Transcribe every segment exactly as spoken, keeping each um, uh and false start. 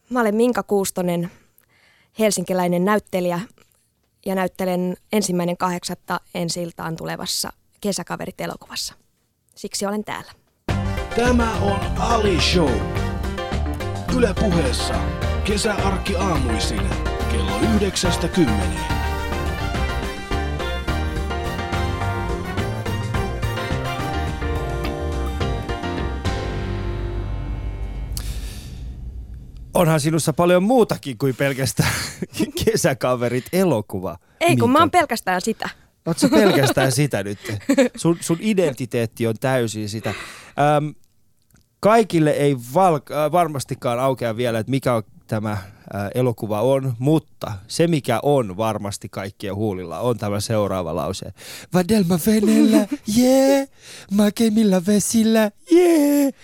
Mä olen Minka Kuustonen, helsinkiläinen näyttelijä ja näyttelen ensimmäinen kahdeksatta ensi-iltaan tulevassa Kesäkaverit-elokuvassa. Siksi olen täällä. Tämä on Ali Show. Yle Puheessa kesäarkki aamuisin kello yhdeksästä kymmeneen. Onhan sinussa paljon muutakin kuin pelkästään Kesäkaverit-elokuva. Ei, kun mä oon pelkästään sitä. Oot sä pelkästään sitä nyt? Sun, sun identiteetti on täysin sitä. Ähm, kaikille ei val, äh, varmastikaan aukea vielä, että mikä on tämä äh, elokuva on, mutta se mikä on varmasti kaikkien huulilla on tämä seuraava lause. Vadelma veneellä, jee, yeah. Makemilla vesillä, jee. Yeah.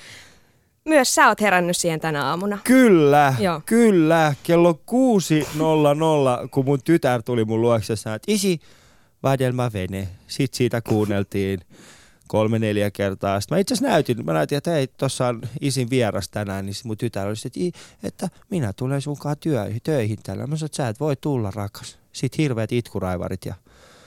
Myös sä oot herännyt siihen tänä aamuna. Kyllä, Joo. kyllä. Kello kuusi nolla nolla, kun mun tytär tuli mun luokse, sanoi, että isi, vadelma vene. Sitten siitä kuunneltiin kolme, neljä kertaa. Sitten mä itse asiassa näytin, mä näytin, että hei, tossa on isin vieras tänään, niin mun tytär oli sitten, että, että minä tulen sunkaan työ, töihin tällä. Mä sanoin, että sä et voi tulla, rakas. Sitten hirveät itkuraivarit. Ja...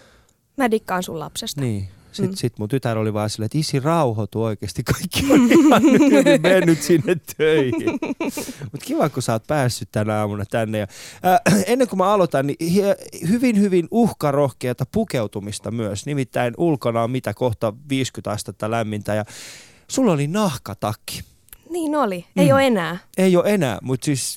Mä dikkaan sun lapsesta. Niin. Sitten mm. sit mun tytär oli vaan silleen, että isi rauhoitu oikeasti, kaikki on ihan nyt mennyt sinne töihin. Mutta kiva, kun sä oot päässyt tänä aamuna tänne. Ja, äh, ennen kuin mä aloitan, niin hi- hyvin, hyvin uhkarohkeata pukeutumista myös. Nimittäin ulkona on mitä kohta viisikymmentä astetta lämmintä ja sulla oli nahkatakki. Niin oli, ei mm. ole enää. Ei ole enää, mutta siis...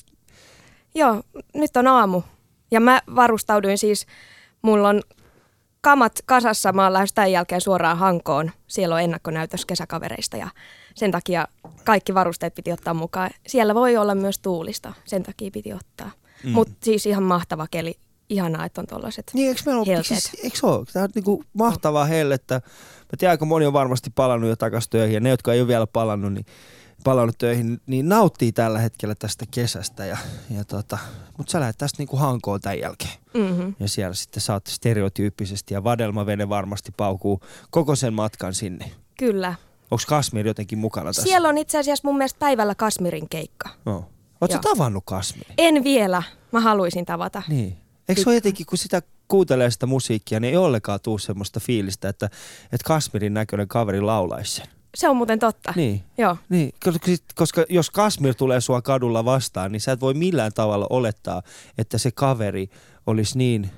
Joo, nyt on aamu ja mä varustauduin siis, mulla on... kamat kasassa, mä oon lähes tämän jälkeen suoraan Hankoon. Siellä on ennakkonäytös Kesäkavereista ja sen takia kaikki varusteet piti ottaa mukaan. Siellä voi olla myös tuulista, sen takia piti ottaa. Mm. Mutta siis ihan mahtava keli. Ihanaa, että on tollaiset niin, eikö meillä ole, siis, eikö ole? Tämä on niinku mahtavaa hellettä. Mä tiedän, aika moni on varmasti palannut jo takaisin töihin ja ne, jotka ei ole vielä palannut, niin palannut töihin, niin nauttii tällä hetkellä tästä kesästä. Ja, ja tota, mutta sä lähdet tästä niinku Hankoon tämän jälkeen. Mm-hmm. Ja siellä sitten sä oot stereotyyppisesti ja vadelmavene varmasti paukuu koko sen matkan sinne. Kyllä. Onko Kasmir jotenkin mukana tässä? Siellä on itse asiassa mun mielestä päivällä Kasmirin keikka. No. Ootko sä tavannut Kasmirin? En vielä. Mä haluaisin tavata. Niin. Eikö se ole jotenkin, kun sitä kuuntelee sitä musiikkia, niin ei ollenkaan tule semmoista fiilistä, että, että Kasmirin näköinen kaveri laulaisi sen. Se on muuten totta. Niin. Joo. Niin, koska jos Kasmir tulee sua kadulla vastaan, niin sä et voi millään tavalla olettaa, että se kaveri olisi niin,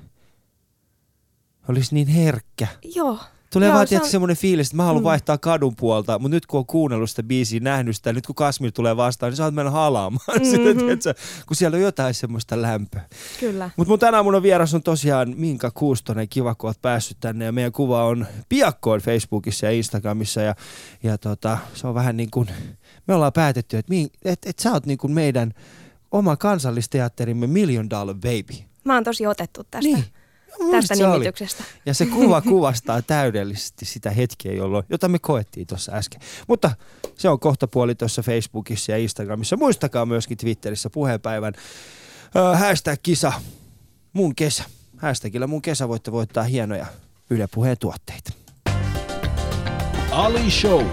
olisi niin herkkä. Joo. Tulee Joo, vaan se on... semmoinen fiilis, että mä haluan mm. vaihtaa kadun puolta, mutta nyt kun on kuunnellut sitä biisiä, nähnyt sitä, nyt kun Kasmir tulee vastaan, niin sä oot mennä halaamaan mm-hmm. sitä, tiiätkö, kun siellä on jotain semmoista lämpöä. Kyllä. Mutta mun tänään mun vieras on tosiaan Minka Kuustonen, kiva kun oot päässyt tänne ja meidän kuva on piakkoin Facebookissa ja Instagramissa ja, ja tota, se on vähän niin kuin, me ollaan päätetty, että et, et sä oot niin kuin meidän oma kansallisteatterimme Million Dollar Baby. Mä oon tosi otettu tästä. Niin. Tästä nimityksestä. Oli. Ja se kuva kuvastaa täydellisesti sitä hetkeä, jolloin, jota me koettiin tuossa äsken. Mutta se on kohtapuoli tuossa Facebookissa ja Instagramissa. Muistakaa myöskin Twitterissä puheenpäivän äh, hashtag kisa mun kesä. Hashtagillä mun kesä voitte voittaa hienoja Yle Puheen tuotteita. Ali Show.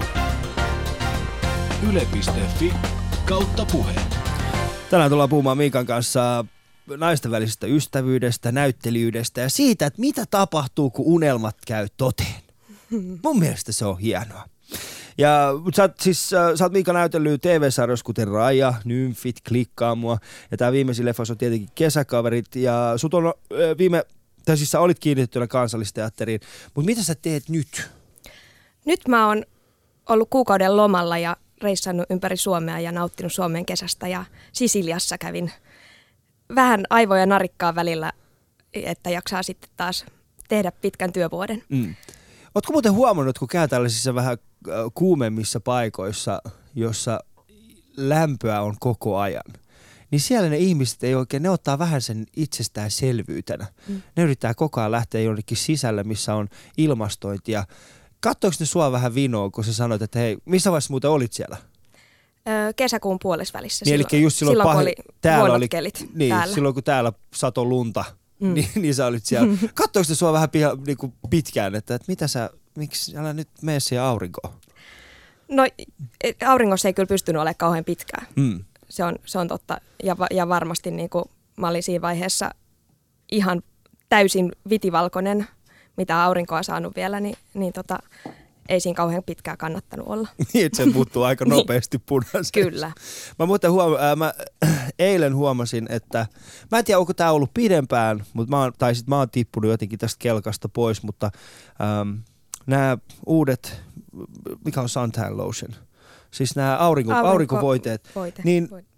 Yle piste fi kautta puheen. Tänään tullaan puhumaan Minkan kanssa naisten välisestä ystävyydestä, näyttelijyydestä ja siitä, että mitä tapahtuu, kun unelmat käy toteen. Mun mielestä se on hienoa. Ja sä oot, siis, sä oot Minka näytellyt T V-sarjoissa, kuten Raja, Nymfit, Klikkaa mua. Ja tää viimeisin leffas on tietenkin Kesäkaverit. Ja sut on viime, tai siis sä olit kiinnitettynä Kansallisteatteriin. Mutta mitä sä teet nyt? Nyt mä oon ollut kuukauden lomalla ja reissannut ympäri Suomea ja nauttinut Suomen kesästä. Ja Sisiliassa kävin vähän aivoja narikkaa välillä, että jaksaa sitten taas tehdä pitkän työvuoden. Mm. Ootko muuten huomannut, kun käy tällaisissa vähän kuumemmissa paikoissa, jossa lämpöä on koko ajan, niin siellä ne ihmiset ei oikein, ne ottaa vähän sen itsestäänselvyytenä. Mm. Ne yrittää koko ajan lähteä jonnekin sisälle, missä on ilmastointia. Katsoiko ne sua vähän vinoa, kun sä sanoit, että hei, missä vaiheessa muuten olit siellä? Öö, kesäkuun puolesvälissä. Niin, silloin, eli just silloin, silloin pahi, oli täällä oli, kelit niin, täällä. silloin kun täällä satoi lunta, mm. niin, niin sä olit siellä. Katsoiko se sua vähän piha, niin kuin pitkään, että, että mitä sä, miksi älä nyt mene siihen aurinkoon? No auringossa ei kyllä pystynyt olemaan kauhean pitkään. Mm. se on, se on totta. Ja, ja varmasti niin kuin mä olin siinä vaiheessa ihan täysin vitivalkoinen, mitä aurinkoa saanut vielä, niin, niin tota, ei siinä kauhean pitkään kannattanut olla. Niin, että se muuttuu aika nopeasti punaiseksi. Kyllä. Mä muuten huoma- ää, mä eilen huomasin, että mä en tiedä, onko tää ollut pidempään, mutta mä oon, tai sit mä oon tippunut jotenkin tästä kelkasta pois, mutta ähm, nämä uudet, mikä on suntan lotion, siis nämä aurinko, Aurinko, aurinkovoiteet, voite, niin voite.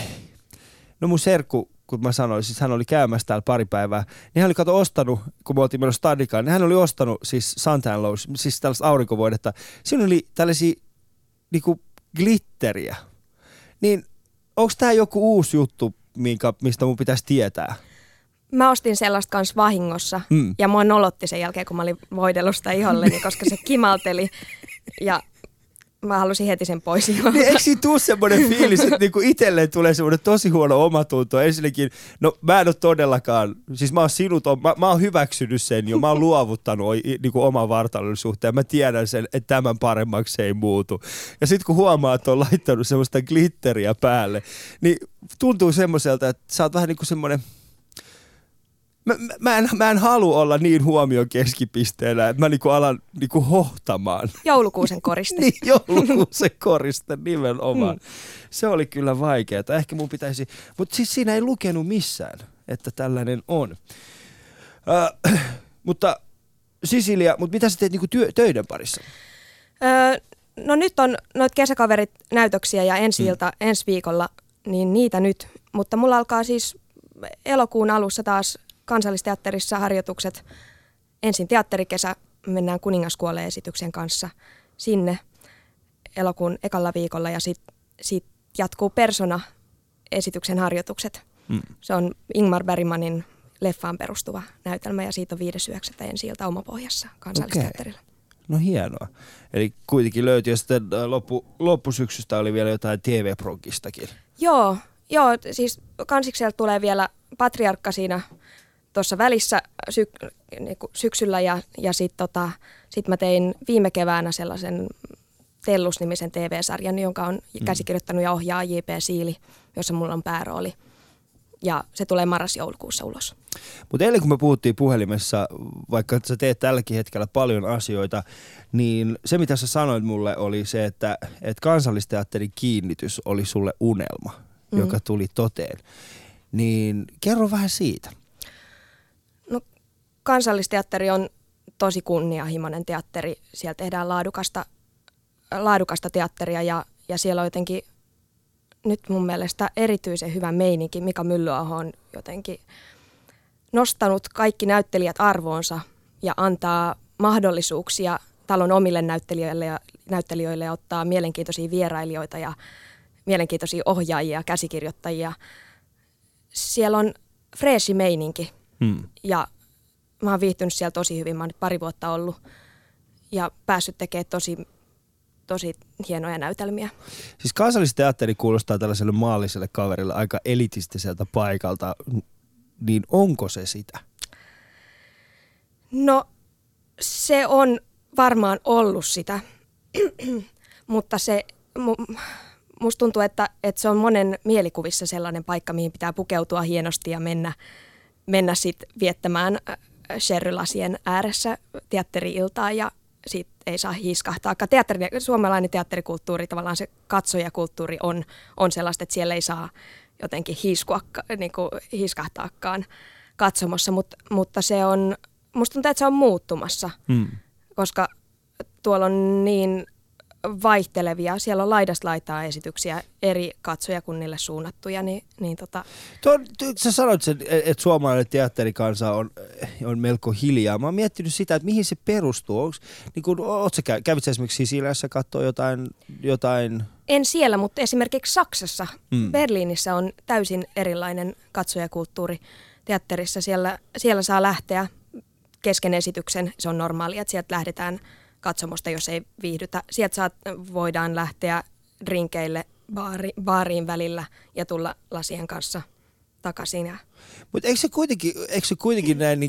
no mun serkku, kun mä sanoin, siis hän oli käymässä täällä pari päivää, niin hän oli kato ostanut, kun me oltiin menossa stadikaan, niin hän oli ostanut siis suntan lotion, siis tällaista aurinkovoidetta. Siinä oli tällaisia niinku glitteriä. Niin onko tää joku uusi juttu, minkä, mistä mun pitäisi tietää? Mä ostin sellaista kanssa vahingossa Mm. ja mua nolotti sen jälkeen, kun mä olin voidellut sitä iholleni, koska se kimalteli ja mä halusin heti sen pois iholta. Niin eikö siinä tuu semmoinen fiilis, että niinku itselleen tulee semmoinen tosi huono omatunto? Ensinnäkin, no mä en ole todellakaan, siis mä oon sinut, mä, mä oon hyväksynyt sen jo, mä oon luovuttanut niinku oman vartalon suhteen. Mä tiedän sen, että tämän paremmaksi se ei muutu. Ja sitten kun huomaa, että on laittanut semmoista glitteriä päälle, niin tuntuu semmoiselta, että sä oot vähän niinku semmoinen... Mä, mä, en, mä en halua olla niin huomion keskipisteenä, että mä niinku alan niinku hohtamaan. Joulukuusen koriste. Niin, joulukuusen koriste nimenomaan. Mm. Se oli kyllä vaikeaa. Ehkä mun pitäisi... Mutta siis siinä ei lukenut missään, että tällainen on. Äh, mutta Sisilia, mutta mitä sä teet niinku työ, töiden parissa? Öö, no nyt on noita kesäkaverit näytöksiä ja ensi ilta, mm. ensi viikolla, niin niitä nyt. Mutta mulla alkaa siis elokuun alussa taas Kansallisteatterissa harjoitukset. Ensin teatterikesä, mennään Kuningaskuoleen esityksen kanssa sinne elokuun ekalla viikolla ja sitten sit jatkuu Persona-esityksen harjoitukset. Mm. Se on Ingmar Bergmanin leffaan perustuva näytelmä ja siitä on viides yhdeksättä ensi ilta Omapohjassa Kansallisteatterilla. Okay. No hienoa. Eli kuitenkin löytyi ja sitten loppu, loppusyksystä oli vielä jotain T V-progistakin. Joo, joo, siis kansikselta tulee vielä Patriarkka siinä tuossa välissä syk- niinku syksyllä ja, ja sitten tota, sit mä tein viime keväänä sellaisen Tellus-nimisen T V-sarjan, jonka on käsikirjoittanut ja ohjaa J P Siili, jossa mulla on päärooli. Ja se tulee marras-joulukuussa ulos. Mutta eilen kun me puhuttiin puhelimessa, vaikka sä teet tälläkin hetkellä paljon asioita, niin se mitä sä sanoit mulle oli se, että, että Kansallisteatterin kiinnitys oli sulle unelma, mm-hmm. joka tuli toteen. Niin kerro vähän siitä. No, Kansallisteatteri on tosi kunnianhimoinen teatteri. Siellä tehdään laadukasta, laadukasta teatteria ja, ja siellä on jotenkin nyt mun mielestä erityisen hyvä meininki. Mika Myllyaho on jotenkin nostanut kaikki näyttelijät arvoonsa ja antaa mahdollisuuksia talon omille näyttelijöille ja, näyttelijöille ja ottaa mielenkiintoisia vierailijoita ja mielenkiintoisia ohjaajia, käsikirjoittajia. Siellä on freeshi meininki hmm. ja mä oon viihtynyt siellä tosi hyvin. Mä oon nyt pari vuotta ollut ja päässyt tekemään tosi, tosi hienoja näytelmiä. Siis Kansallisteatteri kuulostaa tällaiselle maalliselle kaverille aika elitistiseltä paikalta, niin onko se sitä? No se on varmaan ollut sitä, mutta se... Mu- Musta tuntuu, että, että se on monen mielikuvissa sellainen paikka, mihin pitää pukeutua hienosti ja mennä, mennä sitten viettämään sherrylasien ääressä teatteri-iltaa ja siitä ei saa hiiskahtaa. Teatteri, suomalainen teatterikulttuuri, tavallaan se katsojakulttuuri on, on sellaista, että siellä ei saa jotenkin hiiskua, niin kuin hiiskahtaakaan katsomossa, Mut, mutta se on, musta tuntuu, että se on muuttumassa, hmm. koska tuolla on niin... vaihtelevia. Siellä on laidasta laitaa esityksiä eri katsojakunnille suunnattuja. Niin, niin tota. Tuo, sä sanoit sen, että suomalainen teatterikansa on, on melko hiljaa. Mä oon miettinyt sitä, että mihin se perustuu. Onks, niin kun, oot sä, kävit sä esimerkiksi Sisiliassa katsoa jotain, jotain? En siellä, mutta esimerkiksi Saksassa, mm. Berliinissä on täysin erilainen katsojakulttuuri teatterissa. Siellä, siellä saa lähteä kesken esityksen. Se on normaalia, että sieltä lähdetään katsomosta, jos ei viihdytä. Sieltä saat, voidaan lähteä drinkeille baari, baariin välillä ja tulla lasien kanssa takaisin. Mutta eikö se kuitenkin, eikö se kuitenkin näin niin kuin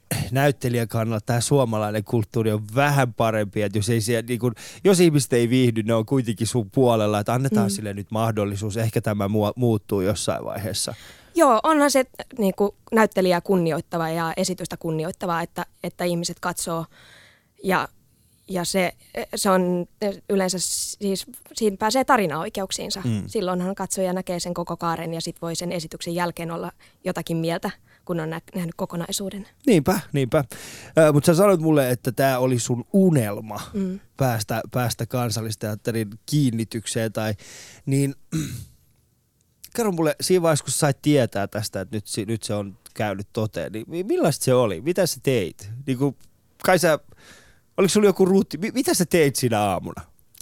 näyttelijän kannalta tämä suomalainen kulttuuri on vähän parempi, että jos, ei siellä, niin kun, jos ihmiset ei viihdy, ne on kuitenkin sun puolella, että annetaan mm. sille nyt mahdollisuus, ehkä tämä muuttuu jossain vaiheessa. Joo, onhan se niin kuin näyttelijää kunnioittava ja esitystä kunnioittavaa, että, että ihmiset katsoo ja, ja se, se on yleensä siis, siinä pääsee tarinaoikeuksiinsa. Mm. Silloinhan katsoja näkee sen koko kaaren ja sit voi sen esityksen jälkeen olla jotakin mieltä, kun on nähnyt kokonaisuuden. Niinpä, niinpä. Äh, mutta sä sanoit mulle, että tämä oli sun unelma mm. päästä, päästä Kansallisteatterin kiinnitykseen. Tai, niin kerro mulle, siinä vaiheessa kun sait tietää tästä, että nyt, nyt se on käynyt toteen, niin millaista se oli? Mitä sä teit? Niin kuin, kai sä, oliko sulla joku ruutti? Mitä sä teit siinä aamuna?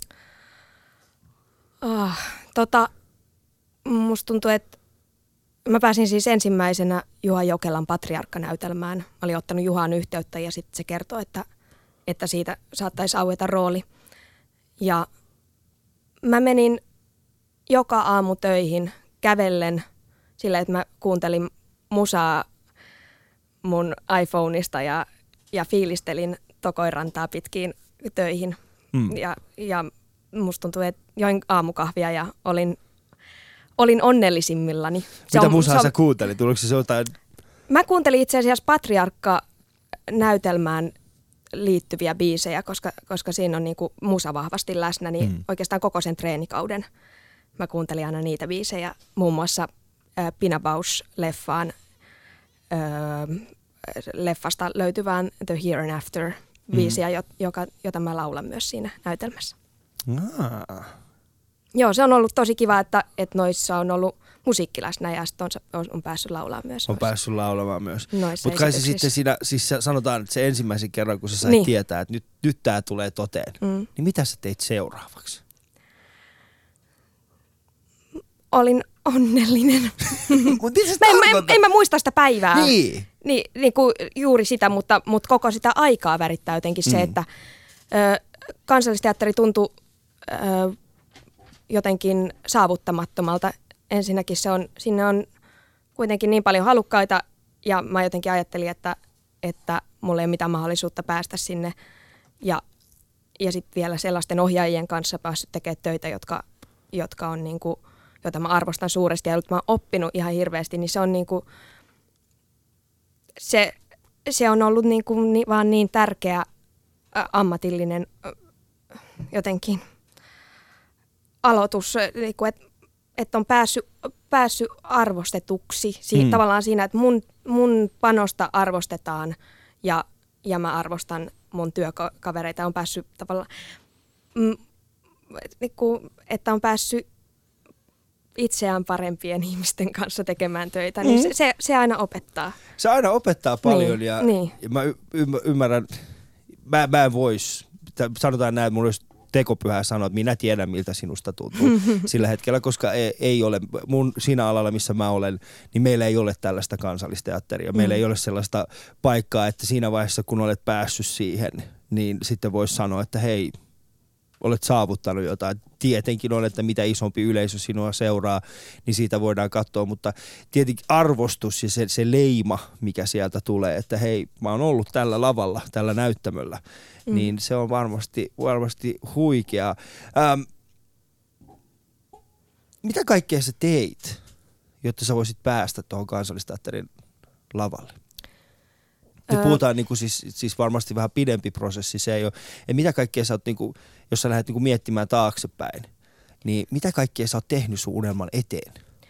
Oh, tota, musta tuntuu, että mä pääsin siis ensimmäisenä Juha Jokelan Patriarkka-näytelmään. Mä olin ottanut Juhaan yhteyttä ja sitten se kertoi, että, että siitä saattaisi aueta rooli. Ja mä menin joka aamu töihin kävellen sillä, että mä kuuntelin musaa mun iPhoneista ja, ja fiilistelin Tokoirantaa pitkiin töihin. Mm. Ja, ja musta tuntuu, että join aamukahvia ja olin... Olin onnellisimmillani. Se Mitä on, musaa se on, sä kuuntelit? Tuliko se jotain? Mä kuuntelin itse asiassa Patriarkka-näytelmään liittyviä biisejä, koska, koska siinä on niinku musa vahvasti läsnä, niin mm. oikeastaan koko sen treenikauden mä kuuntelin aina niitä biisejä. Muun muassa äh, Pina Bausch-leffaan, äh, leffasta löytyvään The Here and After biisiä, mm. joka, jota mä laulan myös siinä näytelmässä. Ah. Joo, se on ollut tosi kiva, että, että noissa on ollut musiikki läsnä ja sitten on, on päässyt laulamaan myös. On noissa. päässyt laulamaan myös. Mutta kai se sitten siinä, siis sanotaan, että se ensimmäisen kerran, kun sä sait niin. tietää, että nyt, nyt tämä tulee toteen, mm. niin mitä sä teit seuraavaksi? Olin onnellinen. Mutta mitä se mä en, mä, en, en mä muista sitä päivää. Niin. Niin, niin kuin juuri sitä, mutta, mutta koko sitä aikaa värittää jotenkin mm. se, että ö, Kansallisteatteri tuntui... Ö, jotenkin saavuttamattomalta. Ensinnäkin se on, sinne on kuitenkin niin paljon halukkaita ja mä jotenkin ajattelin, että, että mulla ei ole mitään mahdollisuutta päästä sinne. Ja, ja sitten vielä sellaisten ohjaajien kanssa päässyt tekemään töitä, jotka, jotka on niin kuin, joita mä arvostan suuresti ja joita mä oon oppinut ihan hirveästi, niin se on niin kuin, se, se on ollut niin kuin, niin, vaan niin tärkeä ä, ammatillinen ä, jotenkin aloitus, että et on päässyt, päässyt arvostetuksi. Si- hmm. Tavallaan siinä, että mun, mun panosta arvostetaan ja, ja mä arvostan mun työkavereita. On päässyt tavallaan, mm, että on päässyt itseään parempien ihmisten kanssa tekemään töitä. Hmm. Niin se, se, se aina opettaa. Se aina opettaa paljon niin, ja, niin. ja mä y- ymmärrän, mä, mä en vois, sanotaan näin, että mulla olisi tekopyhää sanoa, että minä tiedän, miltä sinusta tuntuu sillä hetkellä, koska ei, ei ole, mun siinä alalla, missä mä olen, niin meillä ei ole tällaista Kansallisteatteria. Meillä mm. ei ole sellaista paikkaa, että siinä vaiheessa, kun olet päässyt siihen, niin sitten voisi sanoa, että hei, olet saavuttanut jotain. Tietenkin on, että mitä isompi yleisö sinua seuraa, niin siitä voidaan katsoa, mutta tietenkin arvostus ja se, se leima, mikä sieltä tulee, että hei, mä oon ollut tällä lavalla, tällä näyttämöllä, mm. niin se on varmasti, varmasti huikea. Ähm, mitä kaikkea sä teit, jotta sä voisit päästä tuohon Kansallisteatterin lavalle? Nyt puhutaan niin kuin siis, siis varmasti vähän pidempi prosessi. Se ei ole, ja mitä kaikkea sä oot, niin kuin, jos sä lähdet niin kuin miettimään taaksepäin, niin mitä kaikkea sä oot tehnyt sun unelman eteen?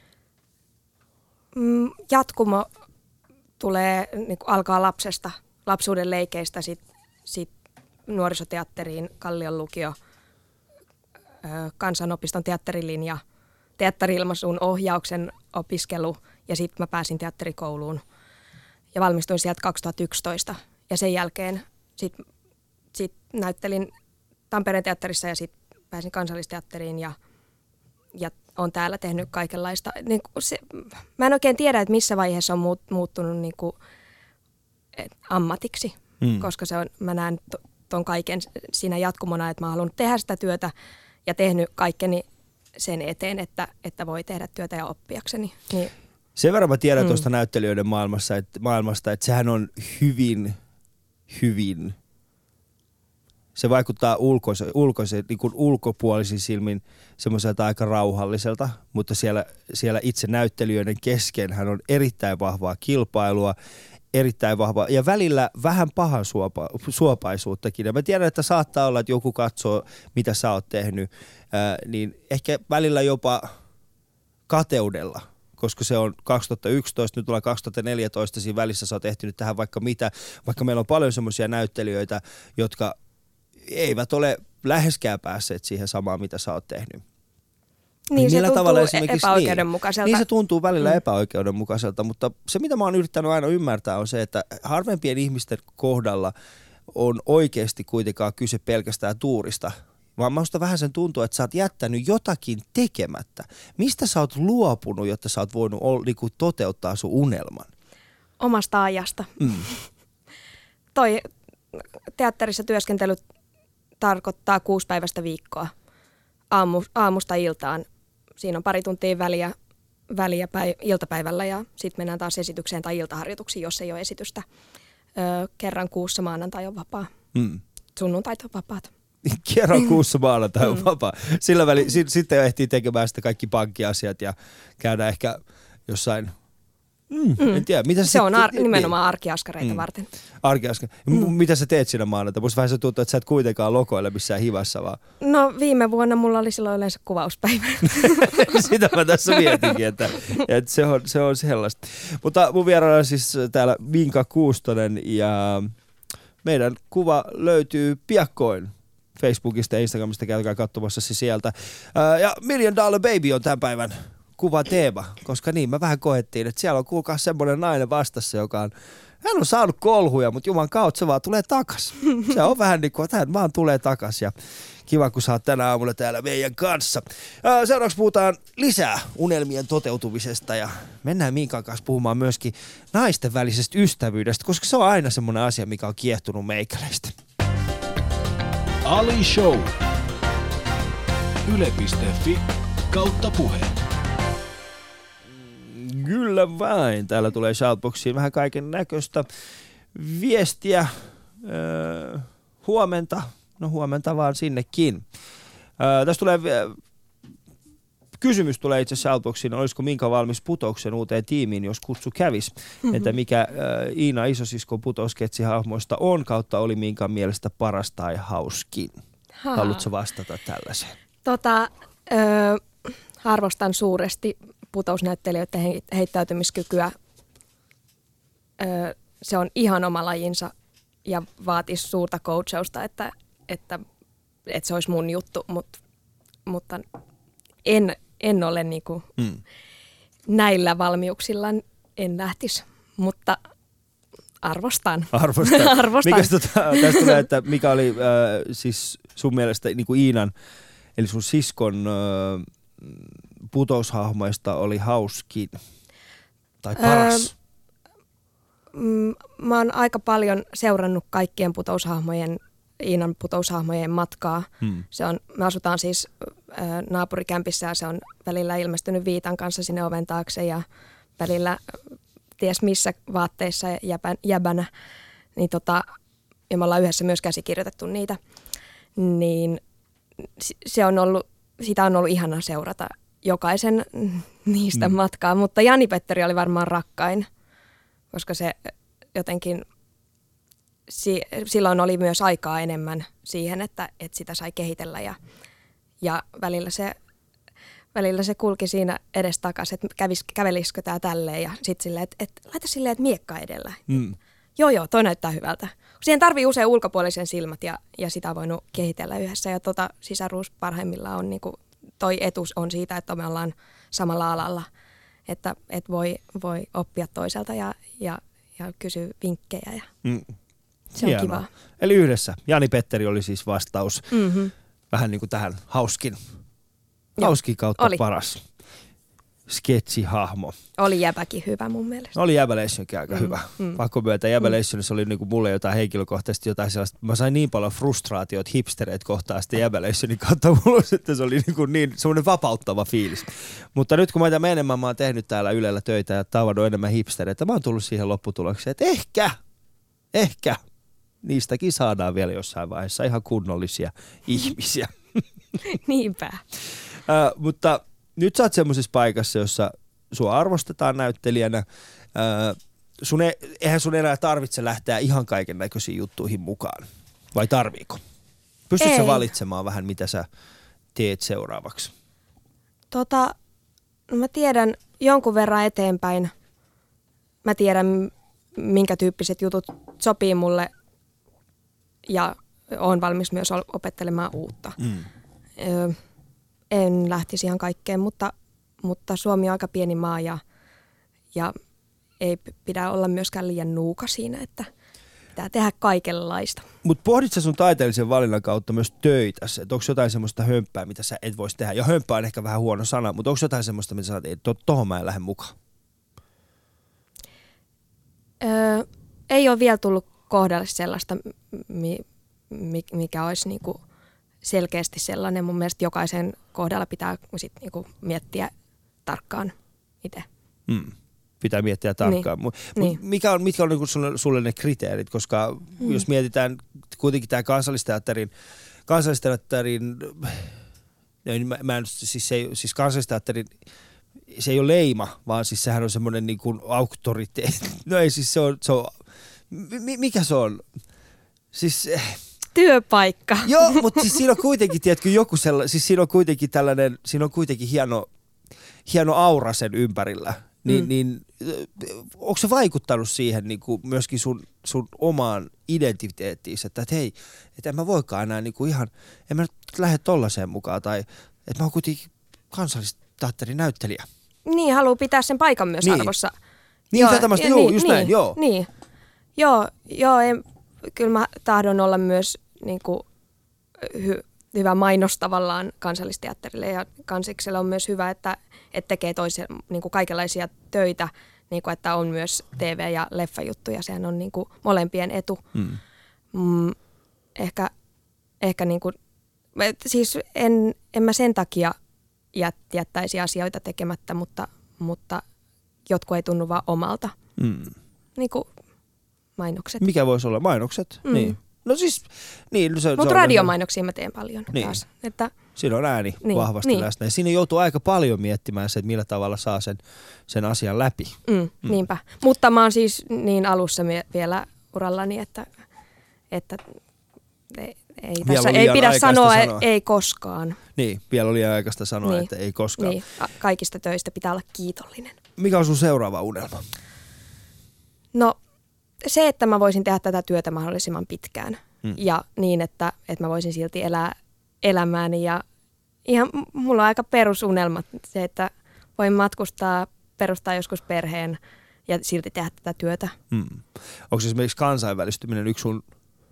Mm, jatkumo tulee, niin kuin alkaa lapsesta, lapsuuden leikeistä, sitten sit nuorisoteatteriin, Kallion lukio, Kansanopiston teatterilinja, teatteri-ilmaisun ohjauksen opiskelu ja sitten mä pääsin teatterikouluun. Ja valmistuin sieltä kaksituhattayksitoista ja sen jälkeen sitten sit näyttelin Tampereen teatterissa ja sitten pääsin Kansallisteatteriin ja, ja olen täällä tehnyt kaikenlaista. Niin se, mä en oikein tiedä, että missä vaiheessa on muut, muuttunut niin kuin, et, ammatiksi, mm. koska se on, mä näen ton kaiken siinä jatkumona, että mä oon halunnut tehdä sitä työtä ja tehnyt kaikkeni sen eteen, että, että voi tehdä työtä ja oppiakseni. Niin. Sen verran mä tiedän mm. tuosta näyttelijöiden maailmassa, että, maailmasta, että sehän on hyvin, hyvin, se vaikuttaa ulkoise, ulkoise, niin kuin ulkopuolisin silmin semmoiselta aika rauhalliselta, mutta siellä, siellä itse näyttelijöiden kesken hän on erittäin vahvaa kilpailua, erittäin vahvaa ja välillä vähän pahan suopa, suopaisuuttakin. Ja mä tiedän, että saattaa olla, että joku katsoo, mitä sä oot tehnyt, ää, niin ehkä välillä jopa kateudella, koska se on kaksituhattayksitoista, nyt ollaan kaksituhattaneljätoista, siinä välissä sä oot ehtinyt tähän vaikka mitä, vaikka meillä on paljon semmoisia näyttelijöitä, jotka eivät ole läheskään päässeet siihen samaan, mitä sä oot tehnyt. Niin, se tuntuu epäoikeudenmukaiselta. Niin, niin se tuntuu välillä mm. epäoikeudenmukaiselta, mutta se mitä mä oon yrittänyt aina ymmärtää on se, että harvempien ihmisten kohdalla on oikeasti kuitenkaan kyse pelkästään tuurista, vaan minusta vähän sen tuntuu, että sä oot jättänyt jotakin tekemättä. Mistä sä oot luopunut, jotta sä oot voinut niinku toteuttaa sun unelman? Omasta ajasta. Mm. Toi teatterissa työskentely tarkoittaa kuusipäiväistä viikkoa aamu, aamusta iltaan. Siinä on pari tuntia väliä, väliä päiv- iltapäivällä ja sitten mennään taas esitykseen tai iltaharjoituksiin, jos ei ole esitystä. Öö, kerran kuussa maanantai on vapaa. Mm. Sunnuntait on vapaat. Kerran kuussa maanantai on vapaa. Sillä väli, s- sitten ehtii tekemään sitten kaikki pankkiasiat ja käydään ehkä jossain... Mm, mm. En tiedä. Mitä se sit, on ar- nimenomaan arkiaskareita mm. varten. Arkiaskareita. Mm. Mitä sä teet siinä maanantai? Musta vähän se tuntuu, että sä et kuitenkaan lokoile missään hivassa vaan. No viime vuonna mulla oli silloin yleensä kuvauspäivä. Sitä mä tässä mietinkin, että, että se, on, se on sellaista. Mutta mun vieraana on siis täällä Minka Kuustonen ja meidän kuva löytyy piakkoin Facebookista ja Instagramista. Käykää katsomassa se sieltä. Ja Million Dollar Baby on tämän päivän kuva teema, koska niin me vähän koettiin, että siellä on kuulkaa semmoinen nainen vastassa, joka on, hän on saanut kolhuja, mutta juman kautta se vaan tulee takas. Se on vähän niin kuin, että hän vaan tulee takas ja kiva, kun sä oot tänä aamulla täällä meidän kanssa. Seuraavaksi puhutaan lisää unelmien toteutumisesta ja mennään Minkan kanssa puhumaan myöskin naisten välisestä ystävyydestä, koska se on aina semmoinen asia, mikä on kiehtunut meikäläistä. Ali Show. Yle piste fi kautta puhe. Kyllä vain. Täällä tulee shoutboxiin vähän kaiken näköistä viestiä. Öö, huomenta. No huomenta vaan sinnekin. Öö, tässä tulee kysymys tulee itse shoutboxiin. Olisiko Minka valmis putouksen uuteen tiimiin, jos kutsu kävis? Mm-hmm. Että mikä öö, Iina isosiskon putousketsihahmoista on kautta oli Minkan mielestä paras tai hauskin? Haa. Haluatko vastata tällaiseen? Tota, öö, arvostan suuresti putousnäyttelijöiden heittäytymiskykyä. Öö, se on ihan oma lajinsa ja vaatisi suurta coachausta, että, että, että se olisi mun juttu, Mut, mutta en, en ole niinku mm. näillä valmiuksilla en lähtisi, mutta arvostan. Arvostan. arvostan. Mikäs tota, tästä tulee, että mikä oli äh, siis sun mielestä niin kuin Iinan, eli sun siskon äh, putoushahmoista oli hauskin tai paras? Öö, mä oon aika paljon seurannut kaikkien putoushahmojen, Iinan putoushahmojen matkaa. Hmm. Se on, me asutaan siis ö, naapurikämpissä ja se on välillä ilmestynyt Viitan kanssa sinne oven taakse ja välillä ties missä vaatteissa jäbän, jäbänä. Niin tota, ja me ollaan yhdessä myös käsikirjoitettu niitä. Niin se on ollut, sitä on ollut ihana seurata jokaisen niistä mm. matkaa, mutta Jani-Petteri oli varmaan rakkain, koska se jotenkin, si, silloin oli myös aikaa enemmän siihen, että, että sitä sai kehitellä ja, ja välillä, se, välillä se kulki siinä edestakaisin, että kävis, kävelisikö tää tälleen ja sitten silleen, että, että laita silleen, että miekka edellä. Mm. Joo joo, toi näyttää hyvältä. Siihen tarvii usein ulkopuolisen silmät ja, ja sitä on voinut kehitellä yhdessä ja tota, sisaruus parhaimmillaan on niinku, toi etus on siitä, että me ollaan samalla alalla, että, että voi, voi oppia toiselta ja, ja, ja kysyä vinkkejä ja mm. se on hienoa. Kivaa. Eli yhdessä. Jani-Petteri oli siis vastaus mm-hmm. vähän niin kuin tähän hauskin, hauskin kautta oli. Paras. sketsihahmo. Oli jäbäkin hyvä mun mielestä. Oli Jäbäleissonkin aika mm, hyvä. Mm. Pakko myöntää, Jäbäleissonissa mm. oli niinku mulle jotain henkilökohtaisesti jotain sellaista. Mä sain niin paljon frustraatiota hipstereitä kohtaan sitten Jäbäleissonin kautta ulos, että se oli niinku niin semmoinen vapauttava fiilis. Mutta nyt kun mä tämän enemmän mä oon tehnyt täällä Ylellä töitä ja tavannut enemmän hipstereitä, mä oon tullut siihen lopputulokseen, että ehkä, ehkä niistäkin saadaan vielä jossain vaiheessa ihan kunnollisia ihmisiä. Niinpä. Uh, mutta nyt sä oot semmoisessa paikassa, jossa sua arvostetaan näyttelijänä. Uh, sun e- eihän sun enää tarvitse lähteä ihan kaiken näköisiin juttuihin mukaan. Vai tarviiko? Pystytkö sä valitsemaan vähän, mitä sä teet seuraavaksi? Tota, no mä tiedän jonkun verran eteenpäin. Mä tiedän, minkä tyyppiset jutut sopii mulle ja oon valmis myös opettelemaan uutta. Mm. Öö, en lähtisi ihan kaikkeen, mutta, mutta Suomi on aika pieni maa ja, ja ei pidä olla myöskään liian nuuka siinä, että pitää tehdä kaikenlaista. Mutta pohdit sä sun taiteellisen valinnan kautta myös töitä? Että onko jotain semmoista hömppää, mitä sä et voisi tehdä? Ja hömppää on ehkä vähän huono sana, mutta onko jotain semmoista, mitä sä sanot, että tohon mä en lähde mukaan? Öö, ei ole vielä tullut kohdalle sellaista, mi, mi, mikä olisi niinku selkeästi sellainen. Mun mielestä jokaisen kohdalla pitää sit niinku miettiä tarkkaan itse. Mm. Pitää miettiä tarkkaan. Niin. Niin. Mikä on, mitkä on niinku sulle, sulle ne kriteerit? Koska mm. jos mietitään kuitenkin tämä kansallisteatterin, kansallisteatterin, mä, mä en, siis, se ei, siis kansallisteatterin, se ei ole leima, vaan siis sehän on semmoinen niinku auktoriteetti. No ei siis se on, se on mikä se on? Siis työpaikka. Joo, mutta siis siinä on kuitenkin, tiedätkö, joku sellainen, siis siinä on kuitenkin tällainen, siinä on kuitenkin hieno, hieno aura sen ympärillä. Niin, mm. niin onko se vaikuttanut siihen niin kuin myöskin sun, sun omaan identiteettiin, että, että hei, että en mä voikaan enää niin kuin ihan, en mä lähde tollaiseen mukaan, tai että mä oon kuitenkin kansallisteatterin näyttelijä. Niin, haluaa pitää sen paikan myös niin. arvossa. Niin, joo, tämmöistä, joo, niin, just niin, näin, joo. Niin, joo, joo en, kyllä mä tahdon olla myös niin kuin, hy, hyvä mainos tavallaan kansallisteatterille, ja kansiksella on myös hyvä, että että tekee toisen, niin kuin kaikenlaisia töitä, niin kuin, että on myös T V- ja leffajuttuja. Sehän on niin kuin molempien etu. Mm. Mm, ehkä ehkä niin kuin, siis en, en mä sen takia jät, jättäisi asioita tekemättä, mutta, mutta jotkut ei tunnu vaan omalta. Mm. Niin kuin mainokset. Mikä voisi olla? Mainokset? Mm. Niin. No siis, niin. Mutta radiomainoksia mä teen paljon niin. taas. Että siinä on ääni niin, vahvasti niin. läsnä. Ja siinä joutuu aika paljon miettimään se, että millä tavalla saa sen, sen asian läpi. Mm, mm. Niinpä. Mutta mä oon siis niin alussa vielä urallani, että, että ei, ei, tässä, ei pidä sanoa, sanoa ei koskaan. Niin, vielä oli aikaista sanoa, niin. että ei koskaan. Niin. Kaikista töistä pitää olla kiitollinen. Mikä on sun seuraava unelma? No se, että mä voisin tehdä tätä työtä mahdollisimman pitkään. Mm. Ja niin, että, että mä voisin silti elää elämääni ja ihan mulla on aika perusunelmat se, että voin matkustaa, perustaa joskus perheen ja silti tehdä tätä työtä. Mm. Onko esimerkiksi kansainvälistyminen yksi sun?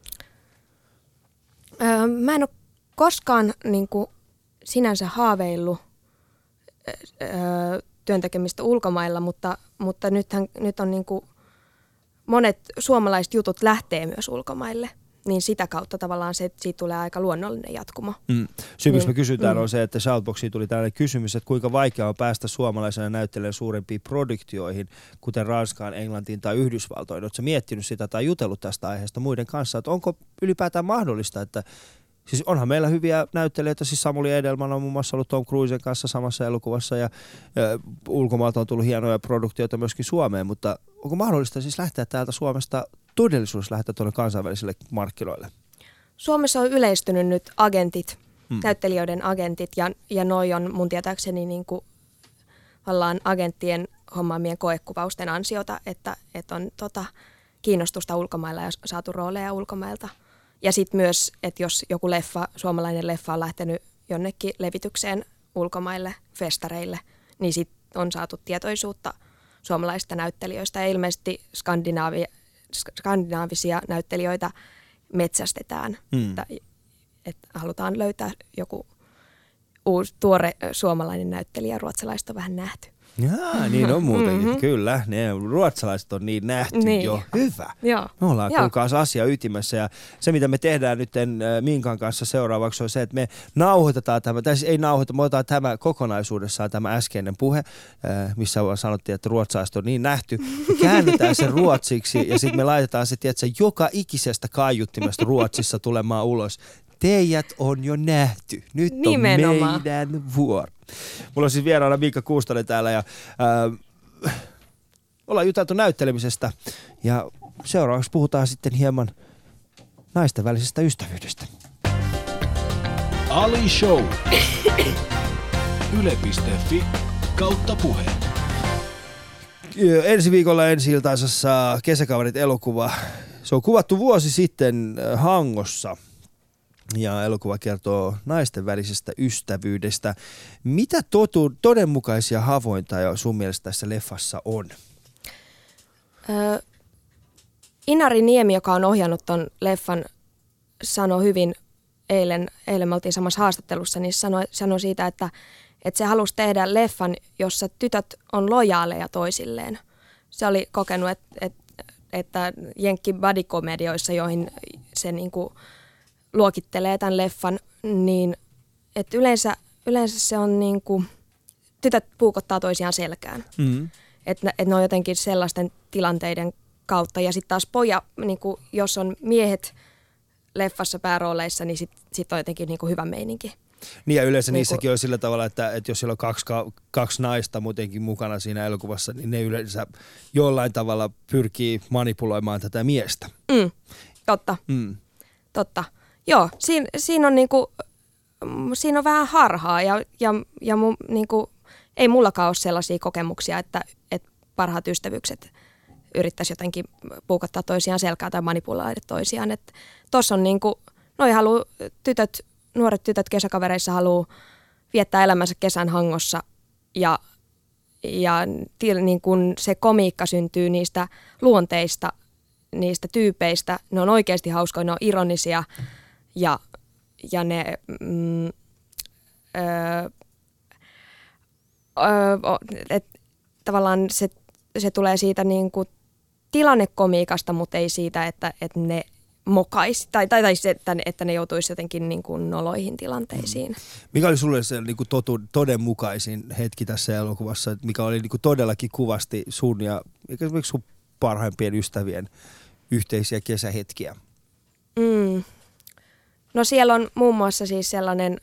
Öö, mä en ole koskaan niin kuin, sinänsä haaveillut öö, työntekemistä ulkomailla, mutta, mutta nythän, nyt on niin kuin, monet suomalaiset jutut lähtee myös ulkomaille. Niin sitä kautta tavallaan se, siitä tulee aika luonnollinen jatkumo. Mm. Syy, miksi me kysytään, mm. on se, että Shoutboxiin tuli tällainen kysymys, että kuinka vaikea on päästä suomalaisena näyttelijän suurempiin produktioihin, kuten Ranskaan, Englantiin tai Yhdysvaltoihin. Oletko miettinyt sitä tai jutellut tästä aiheesta muiden kanssa, että onko ylipäätään mahdollista, että siis onhan meillä hyviä näyttelijöitä, siis Samuli Edelman on muun muassa ollut Tom Cruisen kanssa samassa elokuvassa ja, ja ulkomailta on tullut hienoja produktioita myöskin Suomeen, mutta onko mahdollista siis lähteä täältä Suomesta todellisuudessa lähteä tuonne kansainvälisille markkinoille? Suomessa on yleistynyt nyt agentit, hmm. näyttelijöiden agentit ja, ja noi on mun tietääkseni niin kuin vallaan agenttien hommaamien koekuvausten ansiota, että, että on tota, kiinnostusta ulkomailla ja saatu rooleja ulkomailta. Ja sitten myös, että jos joku leffa, suomalainen leffa on lähtenyt jonnekin levitykseen ulkomaille, festareille, niin sitten on saatu tietoisuutta suomalaisista näyttelijöistä. Ja ilmeisesti skandinaavi, skandinaavisia näyttelijöitä metsästetään, mm. että, että halutaan löytää joku uusi, tuore suomalainen näyttelijä, ruotsalaiset on vähän nähty. Jaa, niin on muutenkin. Mm-hmm. Kyllä, ne ruotsalaiset on niin nähty niin. jo. Hyvä. Joo. Me ollaan kuulkaas asia ytimessä ja se mitä me tehdään nyt Minkan kanssa seuraavaksi on se, että me nauhoitetaan tämä, tai siis ei nauhoita, me otetaan tämä kokonaisuudessaan tämä äskeinen puhe, missä sanottiin, että ruotsalaiset on niin nähty. Me käännetään sen ruotsiksi ja sitten me laitetaan se, tiedätkö, joka ikisestä kaiuttimesta Ruotsissa tulemaan ulos. Teijät on jo nähty. Nyt Nimenomaan. on meidän vuoro. Mulla on siis vieraana Miikka Kuustonen täällä ja äh, ollaan juteltu näyttelemisestä ja seuraavaksi puhutaan sitten hieman naisten välisestä ystävyydestä. Ali Show. Yle piste fi kautta puhe. Ensi viikolla ensi-iltaisessa Kesäkaverit elokuva. Se on kuvattu vuosi sitten Hangossa. Ja elokuva kertoo naisten välisestä ystävyydestä. Mitä totu, todenmukaisia havaintoja sun mielestä tässä leffassa on? Öö, Inari Niemi, joka on ohjannut ton leffan, sanoi hyvin eilen, eilen me oltiin samassa haastattelussa, niin sanoi, sanoi siitä, että, että se halusi tehdä leffan, jossa tytöt on lojaaleja toisilleen. Se oli kokenut, että, että, että jenkki bodykomedioissa, joihin se niinku luokittelee tämän leffan, niin että yleensä, yleensä se on niin kuin, tytöt puukottaa toisiaan selkään. Mm-hmm. Että et ne on jotenkin sellaisten tilanteiden kautta. Ja sitten taas poja, niin kuin, jos on miehet leffassa päärooleissa, niin sitten sit on jotenkin niin kuin hyvä meininki. Niin ja yleensä niin niissäkin on sillä tavalla, että, että jos siellä on kaksi, kaksi naista muutenkin mukana siinä elokuvassa, niin ne yleensä jollain tavalla pyrkii manipuloimaan tätä miestä. Mm, totta, mm. totta. Joo, siinä, siinä, on niinku, siinä on vähän harhaa ja, ja, ja mu, niinku, ei mullakaan ole sellaisia kokemuksia, että, että parhaat ystävyykset yrittäisi jotenkin puukottaa toisiaan selkää tai manipuloida toisiaan. Tuossa on niinku, noi haluu, tytöt, nuoret tytöt kesäkavereissa haluaa viettää elämänsä kesän Hangossa ja, ja niin kun se komiikka syntyy niistä luonteista, niistä tyypeistä. Ne on oikeasti hauskoja, ne on ironisia. Ja, ja ne, mm, öö, öö, et, tavallaan se, se tulee siitä niinku tilannekomiikasta, mutta ei siitä, että, että ne mokaisi tai, tai, tai että, että ne joutuisi jotenkin niinku noloihin tilanteisiin. Mm. Mikä oli sulle se niinku totu, todenmukaisin hetki tässä elokuvassa, mikä oli niinku todellakin kuvasti sun ja esimerkiksi sun parhaimpien ystävien yhteisiä kesähetkiä? Mm. No siellä on muun muassa siis sellainen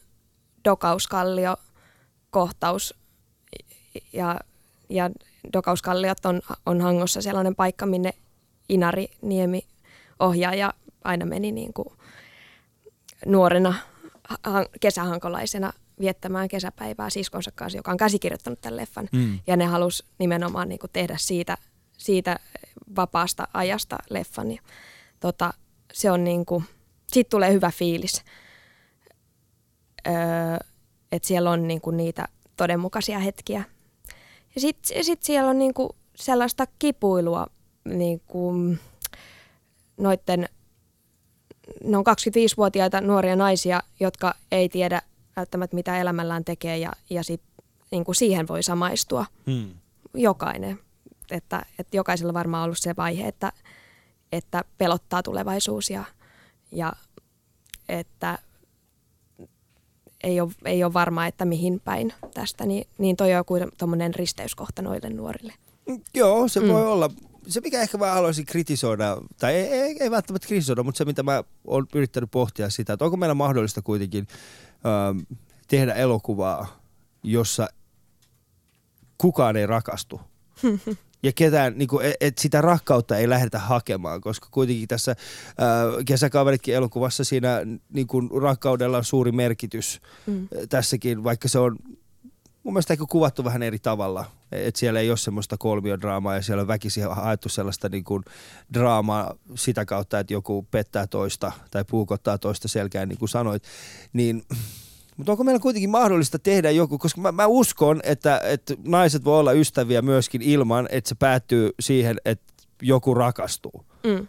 Dokauskallio-kohtaus ja, ja Dokauskalliot on, on Hangossa sellainen paikka, minne Inari Niemi ohjaaja aina meni niin kuin nuorena kesähankolaisena viettämään kesäpäivää siskonsa kanssa, joka on käsikirjoittanut tämän leffan. Mm. Ja ne halusi nimenomaan niin kuin tehdä siitä, siitä vapaasta ajasta leffan. Ja, tota, se on niin kuin, siitä tulee hyvä fiilis, öö, että siellä on niinku niitä todenmukaisia hetkiä. Ja sitten sit siellä on niinku sellaista kipuilua, niinku noitten, ne on kaksikymmentäviisivuotiaita nuoria naisia, jotka ei tiedä välttämättä mitä elämällään tekee ja, ja sit, niinku siihen voi samaistua hmm. jokainen. Että, että jokaisella varmaan on ollut se vaihe, että, että pelottaa tulevaisuus ja Ja että ei ole, ei ole varma, että mihin päin tästä, niin, niin toi on joku tommoinen risteyskohta noille nuorille. Joo, se mm. voi olla. Se, mikä ehkä mä haluaisin kritisoida, tai ei, ei, ei välttämättä kritisoida, mutta se, mitä mä oon yrittänyt pohtia sitä, että onko meillä mahdollista kuitenkin ähm, tehdä elokuvaa, jossa kukaan ei rakastu. Ja ketään, niin kuin, et sitä rakkautta ei lähdetä hakemaan, koska kuitenkin tässä ää, Kesäkaveritkin elokuvassa siinä niin kuin rakkaudella on suuri merkitys mm. tässäkin, vaikka se on mun mielestä ehkä kuvattu vähän eri tavalla. Että siellä ei ole semmoista kolmiodraamaa ja siellä on väkisin haettu sellaista niin kuin draamaa sitä kautta, että joku pettää toista tai puukottaa toista selkään, niin kuin sanoit. Niin, mutta onko meillä kuitenkin mahdollista tehdä joku, koska mä, mä uskon, että, että naiset voi olla ystäviä myöskin ilman, että se päättyy siihen, että joku rakastuu. Mm.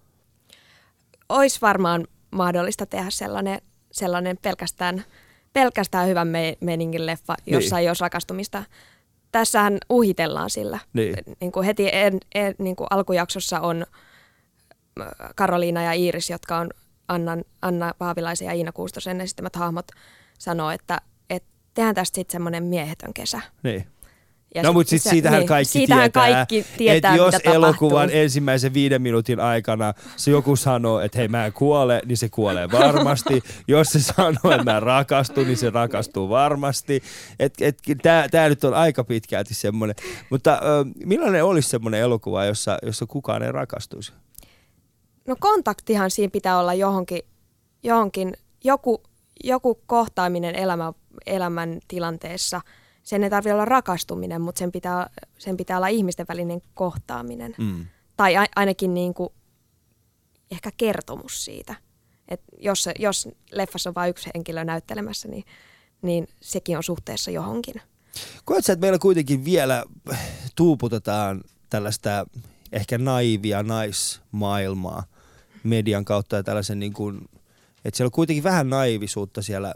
Ois varmaan mahdollista tehdä sellainen, sellainen pelkästään, pelkästään hyvän me, meiningin leffa, jossa niin ei olisi rakastumista. tässähän uhitellaan sillä. Niin. Niin kuin heti en, en, niin kuin alkujaksossa on Karoliina ja Iiris, jotka on Annan, Anna Paavilaisen ja Iina Kuustosen esittämät hahmot, sanoo, että et tehdään tästä sitten semmoinen miehetön kesä. Niin. Ja no sit, mutta sitten se, siitähän niin, kaikki siitähän tietää, kaikki tietää että jos mitä elokuvan tapahtuu. ensimmäisen viiden minuutin aikana se joku sanoo, että hei mä en kuole, niin se kuolee varmasti. Jos se sanoo, että mä rakastun, niin se rakastuu varmasti. Tämä nyt on aika pitkälti semmoinen. Mutta ö, millainen olisi semmoinen elokuva, jossa, jossa kukaan ei rakastuisi? No kontaktihan siinä pitää olla johonkin, johonkin joku, joku kohtaaminen elämä, elämän tilanteessa. Sen ei tarvitse olla rakastuminen, mutta sen pitää, sen pitää olla ihmisten välinen kohtaaminen. Mm. Tai a, ainakin niin kuin ehkä kertomus siitä. Et jos, jos leffassa on vain yksi henkilö näyttelemässä, niin, niin sekin on suhteessa johonkin. Koetko sä, että meillä kuitenkin vielä tuuputetaan tällaista ehkä naivia naismaailmaa median kautta ja tällaisen niin kuin, että siellä on kuitenkin vähän naivisuutta siellä.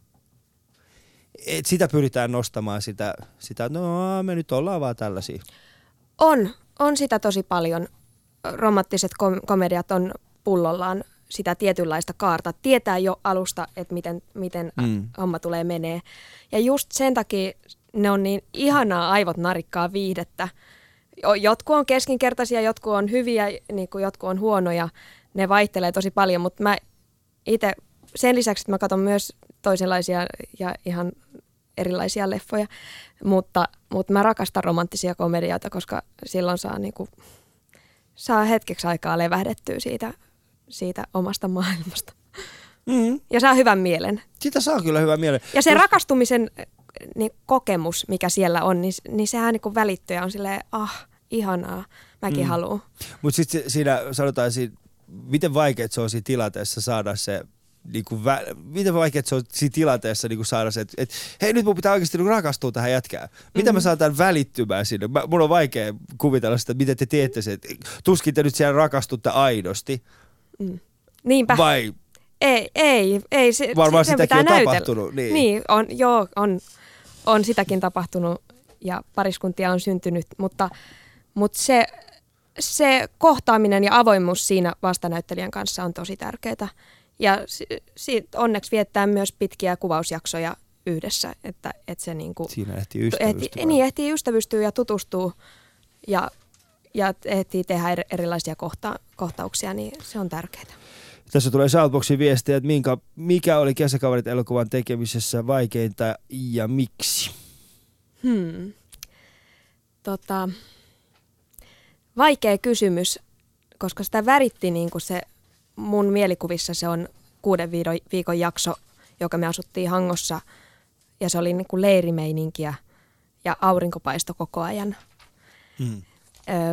Et sitä pyritään nostamaan sitä, sitä, no me nyt ollaan vaan tällaisia. On, on sitä tosi paljon. Romanttiset kom- komediat on pullollaan sitä tietynlaista kaarta. Tietää jo alusta, että miten, miten mm. homma tulee menee. Ja just sen takia ne on niin ihanaa aivot narikkaa viihdettä. Jotkut on keskinkertaisia, jotkut on hyviä, niin kuin jotkut on huonoja. Ne vaihtelee tosi paljon, mutta mä itse sen lisäksi, että mä katson myös toisenlaisia ja ihan erilaisia leffoja, mutta, mutta mä rakastan romanttisia komedioita, koska silloin saa, niin kuin, saa hetkeksi aikaa levähdettyä siitä, siitä omasta maailmasta. Mm. Ja saa hyvän mielen. Sitä saa kyllä hyvän mielen. Ja se Jos... rakastumisen niin, kokemus, mikä siellä on, niin, niin sehän niin kuin välittyy ja on silleen, ah, ihanaa, mäkin mm. haluan. Mutta sitten siinä sanotaan, siinä, miten vaikeaa se on siinä tilanteessa saada se, niin kuin vä- miten vaikeaa se on siinä tilanteessa niin kuin saada se, että et, hei nyt mun pitää oikeasti niin rakastua tähän jätkään. Miten mm-hmm. mä saan tämän välittymään sinne? Mä, mun on vaikea kuvitella sitä, miten te teette se. Tuskin te nyt siellä rakastutte aidosti. Mm. Niinpä. Vai? Ei, ei. ei se, varmaan se, sitäkin on näytellä. tapahtunut. Niin, niin on, joo, on, on sitäkin tapahtunut ja pariskuntia on syntynyt, mutta, mutta se, se kohtaaminen ja avoimuus siinä vastanäyttelijän kanssa on tosi tärkeää. Ja si- onneksi viettää myös pitkiä kuvausjaksoja yhdessä, että, että se niinku siinä ehtii ystävystyä. Ehti, niin, ehtii ystävystyä ja tutustua ja, ja ehtii tehdä er, erilaisia kohta- kohtauksia, niin se on tärkeää. Tässä tulee Shoutboxin viestiä, että minkä, mikä oli Kesäkaverit elokuvan tekemisessä vaikeinta ja miksi? Hmm. Tota, vaikea kysymys, koska sitä väritti niin kuin se, mun mielikuvissa se on kuuden viikon jakso, joka me asuttiin Hangossa ja se oli niin kuin leirimeininkiä ja aurinko paistoi koko ajan. Hmm. Ö,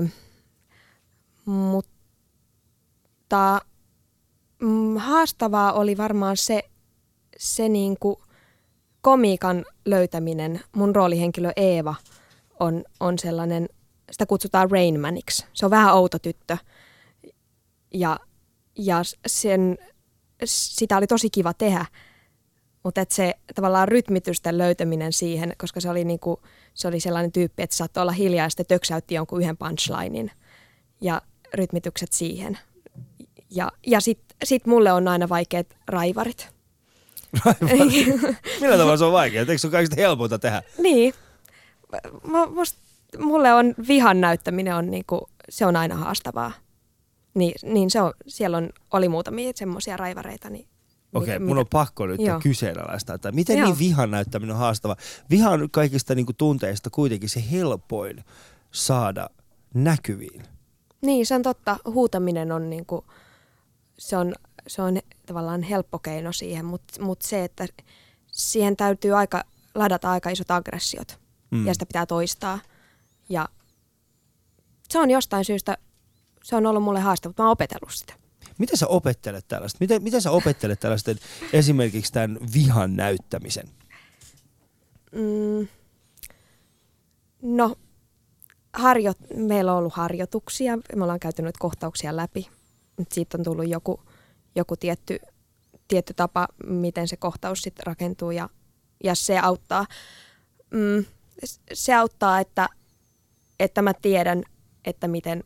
mutta mm, haastavaa oli varmaan se, se niin kuin komiikan löytäminen. Mun roolihenkilö Eeva on, on sellainen, sitä kutsutaan Rainmaniksi. Se on vähän outo tyttö ja, ja sen, sitä oli tosi kiva tehdä, mutta et se tavallaan rytmitysten löytäminen siihen, koska se oli, niinku, se oli sellainen tyyppi, että saattoi olla hiljaa ja sitten töksäytti jonkun yhden punchlinein ja rytmitykset siihen. Ja, ja sitten sit mulle on aina vaikeat raivarit. Raivarit? Millä tavalla se on vaikeaa? Eikö se ole kaikista helpointa tehdä? Niin. Musta, mulle on vihan näyttäminen, on niinku, se on aina haastavaa. Niin, niin se on, siellä on, oli muutamia semmoisia raivareita. Niin Okei, okay, mit, mun mitä? on pakko nyt Joo. kyseenalaistaa, että miten Joo. niin vihan näyttäminen on haastava? Viha on kaikista niinku tunteista kuitenkin se helpoin saada näkyviin. Niin, se on totta. Huutaminen on, niinku, se on, se on tavallaan helppo keino siihen, mutta mut se, että siihen täytyy aika, ladata aika isot aggressiot mm. ja sitä pitää toistaa. Ja se on jostain syystä, se on ollut mulle haastava, mutta mä oon opetellut sitä. Miten sä opettelet tällaista? Miten, miten sä opettelet tällaista esimerkiksi tämän vihan näyttämisen? Mm, no, harjo, meillä on ollut harjoituksia. Me ollaan käyty nyt kohtauksia läpi. Siitä on tullut joku, joku tietty, tietty tapa, miten se kohtaus sitten rakentuu ja, ja se auttaa. Mm, se auttaa, että, että mä tiedän, että miten,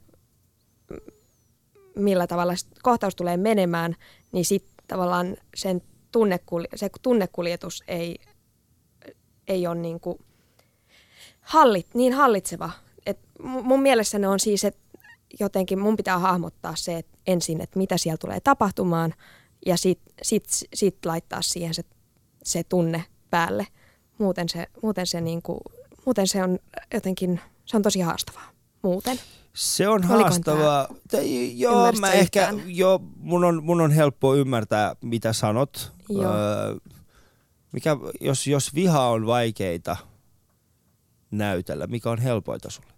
millä tavalla kohtaus tulee menemään, niin sitten tavallaan sen tunnekul, se tunnekuljetus ei, ei ole niin, kuin hallit, niin hallitseva. Et mun mielessäni on siis, että jotenkin mun pitää hahmottaa se että ensin, että mitä siellä tulee tapahtumaan ja sitten sit, sit laittaa siihen se, se tunne päälle. Muuten se, muuten, se niin kuin, muuten se on jotenkin, se on tosi haastavaa muuten. Se on Olikohan haastavaa. Joo, mä ehkä, yhtään? joo, mun on, mun on helppo ymmärtää, mitä sanot. Joo. Öö, mikä, jos, jos viha on vaikeita näytellä, mikä on helpoita sulle?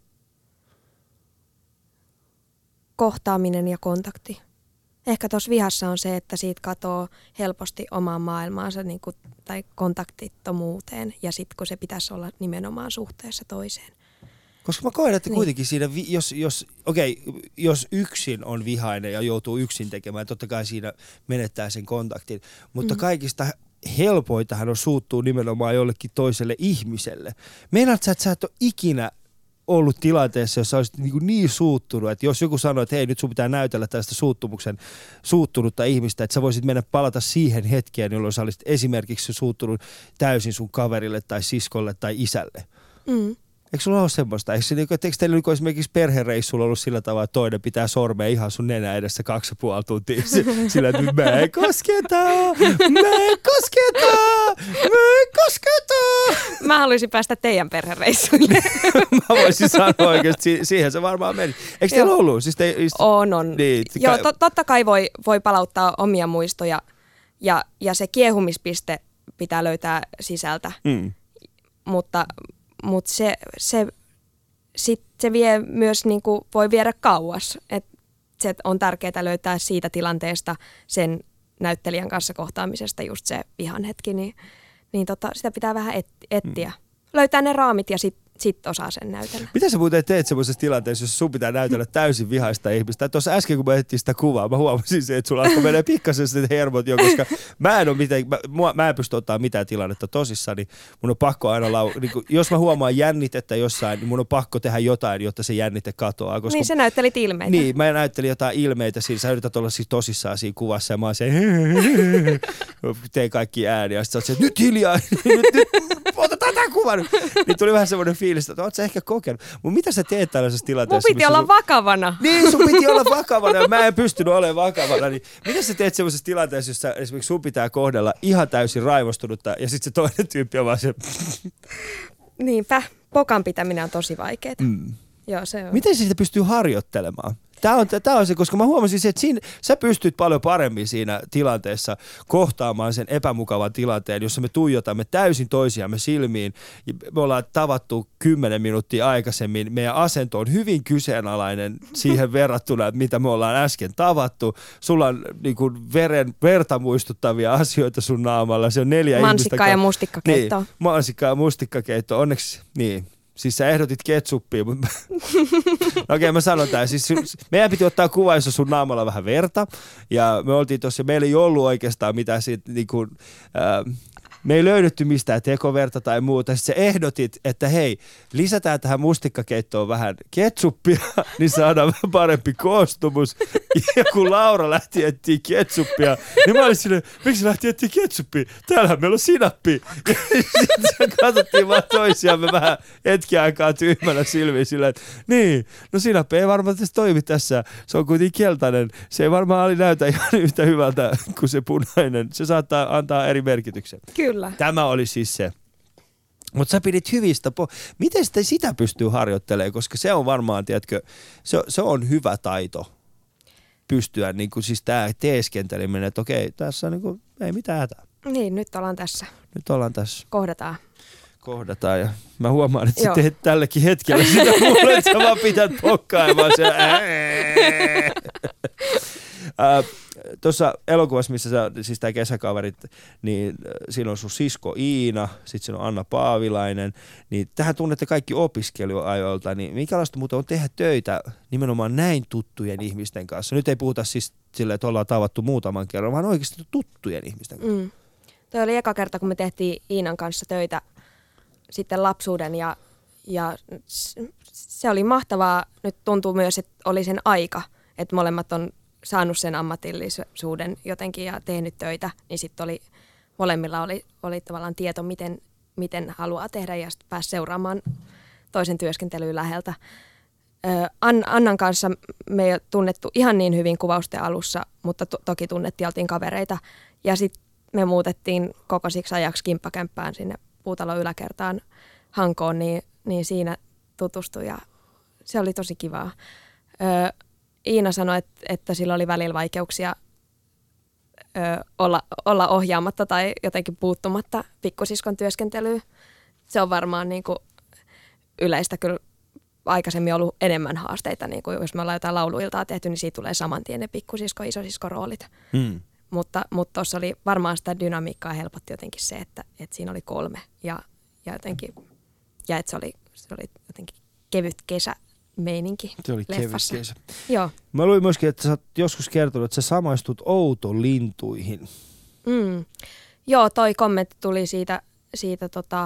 Kohtaaminen ja kontakti. Ehkä tuossa vihassa on se, että siitä katoo helposti omaan maailmaansa niin kuin, tai kontaktittomuuteen ja sitten kun se pitäisi olla nimenomaan suhteessa toiseen. Koska mä koen, että niin. kuitenkin siinä, jos, jos, okei, jos yksin on vihainen ja joutuu yksin tekemään, totta kai siinä menettää sen kontaktin. Mutta mm. kaikista helpoitahan on suuttuu nimenomaan jollekin toiselle ihmiselle. Meinaat sä, että sä et ole ikinä ollut tilanteessa, jossa olisit niin, niin suuttunut, että jos joku sanoo, että hei, nyt sun pitää näytellä tästä suuttumuksen suuttunutta ihmistä, että sä voisit mennä palata siihen hetkeen, jolloin sä olisit esimerkiksi suuttunut täysin sun kaverille tai siskolle tai isälle. Mm. Eikö sulla ole semmoista? Eikö, eikö teillä nyt esimerkiksi perhereissulla ollut sillä tavalla, että toinen pitää sormea ihan sun nenä edessä kaksi ja puoli tuntia sillä, että mä en kosketa, mä en kosketa, mä en kosketa. Mä haluaisin päästä teidän perhereissuille. Mä voisin sanoa oikeasti, siihen se varmaan meni. Eikö teillä ollut? Siis te, on, on. Niin, Joo, to, totta kai voi, voi palauttaa omia muistoja ja, ja se kiehumispiste pitää löytää sisältä, mm. mutta... Mutta se, se, sit se vie myös, niinku, voi viedä kauas. Et se on tärkeää löytää siitä tilanteesta sen näyttelijän kanssa kohtaamisesta just se vihan hetki, niin, niin tota, sitä pitää vähän et, etsiä. Mm. Löytää ne raamit ja sitten sit osaa sen näytellä. Mitä sä muuten teet semmoisessa tilanteessa, jos sun pitää näytellä täysin vihaista ihmistä? Tuossa äsken, kun mä etsin sitä kuvaa, mä huomasin se, että sulla alkoi menee pikkasen sitten hermot jo, koska mä en, ole mitään, mä, mä en pysty ottaa mitään tilannetta tosissaan, niin mun on pakko aina lau... Niin kun, jos mä huomaan jännitettä jossain, niin mun on pakko tehdä jotain, jotta se jännite katoaa. Koska, niin sä näyttelit ilmeitä. Niin, mä näyttelin jotain ilmeitä siinä. Sä yrität olla siis tosissaan siinä kuvassa ja mä oon se, teen kaikki ääniä. Ja sit sä oot se, nyt hiljaa, nyt, nyt, otetaan tää kuva nyt. Niin tuli vähän semmoinen fiilis, että oot sä ehkä kokenut. Mutta mitä sä teet tällaisessa tilanteessa? Mun piti olla sun... vakavana. Niin, sun piti olla vakavana ja mä en pystynyt olemaan vakavana. Niin mitä sä teet semmoisessa tilanteessa, jossa esimerkiksi sun pitää kohdella ihan täysin raivostunutta ja sitten se toinen tyyppi on vaan se... Niinpä, pokan pitäminen on tosi vaikeaa. Mm. Joo, se on. Miten siitä pystyy harjoittelemaan? Tämä on, tämä on se, koska mä huomasin se, että siinä, sä pystyt paljon paremmin siinä tilanteessa kohtaamaan sen epämukavan tilanteen, jossa me tuijotamme täysin toisiamme silmiin. Me ollaan tavattu kymmenen minuuttia aikaisemmin. Meidän asento on hyvin kyseenalainen siihen verrattuna, että mitä me ollaan äsken tavattu. Sulla on niin kuin veren, verta muistuttavia asioita sun naamalla. Se on neljä mansikkaa ihmistä. ja mustikkakeittoa. Niin, mansikkaa ja mustikkakeittoa. Onneksi, niin. Siis sä ehdotit ketsuppia, mutta okei okay, mä sanon tämän. Siis meidän piti ottaa kuva, jossa sun naamalla on vähän verta. Ja me oltiin tossa, meillä ei ollut oikeastaan mitään siitä niin kuin, äh, me ei löydetty mistään tekoverta tai muuta. Sitten sä ehdotit, että hei, lisätään tähän mustikkakeittoon vähän ketsuppia, niin saadaan vähän parempi koostumus. Ja kun Laura lähti etsiä ketsuppia, niin mä olin silleen, miksi lähti etsiä ketsuppia? Täällähän meillä on sinappi. Ja sitten katsottiin vaan toisiamme vähän hetken aikaa tyhmänä silmiin silleen, että niin, no sinappi ei varmaan tässä toimi tässä. Se on kuitenkin keltainen. Se ei varmaan oli näytä ihan yhtä hyvältä kuin se punainen. Se saattaa antaa eri merkityksen. Kyllä. Tämä oli siis se. Mutta sä pidit hyvistä. Po- Miten sitä, sitä pystyy harjoittelemaan? Koska se on varmaan, tiedätkö, se, se on hyvä taito pystyä, niin kuin siis tämä teeskenteleminen, että okei, tässä on niin kuin, ei mitään hätää. Niin, nyt ollaan tässä. Nyt ollaan tässä. Kohdataan. Kohdataan ja mä huomaan, että Joo. sä teet tälläkin hetkellä sitä mulle, että sä vaan pität pokkailemaan se. Tuossa elokuvassa, missä sä, siis tää Kesäkaverit, niin siinä on sun sisko Iina, sit siinä on Anna Paavilainen, niin tähän tunnette kaikki opiskeluajoilta, niin minkälaista muuten on tehdä töitä nimenomaan näin tuttujen ihmisten kanssa? Nyt ei puhuta siis silleen, että ollaan tavattu muutaman kerran, vaan oikeasti tuttujen ihmisten kanssa. Mm. Toi oli eka kerta, kun me tehtiin Iinan kanssa töitä sitten lapsuuden ja, ja se oli mahtavaa. Nyt tuntuu myös, että oli sen aika, että molemmat on saanut sen ammatillisuuden jotenkin ja tehnyt töitä, niin sitten oli, molemmilla oli, oli tavallaan tieto, miten, miten haluaa tehdä ja sitten pääsi seuraamaan toisen työskentelyyn läheltä. Annan kanssa me ei ole tunnettu ihan niin hyvin kuvausten alussa, mutta to- toki tunnettiin, oltiin kavereita. Ja sitten me muutettiin koko siksi ajaksi kimppakämppään sinne Puutalon yläkertaan Hankoon, niin, niin siinä tutustui ja se oli tosi kivaa. Ö, Iina sanoi, että, että sillä oli välillä vaikeuksia ö, olla, olla ohjaamatta tai jotenkin puuttumatta pikkusiskon työskentelyyn. Se on varmaan niin kuin yleistä kyllä. Aikaisemmin ollut enemmän haasteita, niin kuin jos me ollaan jotain lauluiltaa tehty, niin siitä tulee saman tien ne pikkusisko, isosisko roolit. Mm. Mutta mutta tuossa oli varmaan sitä dynamiikkaa helpotti jotenkin se, että, että siinä oli kolme ja, ja jotenkin, ja että se oli, se oli jotenkin kevyt kesämeininki Se oli leffassa. kevyt kesä. Joo. Mä luin myöskin, että sä oot joskus kertonut, että sä samaistut outolintuihin. Mm. Joo, toi kommentti tuli siitä, siitä tota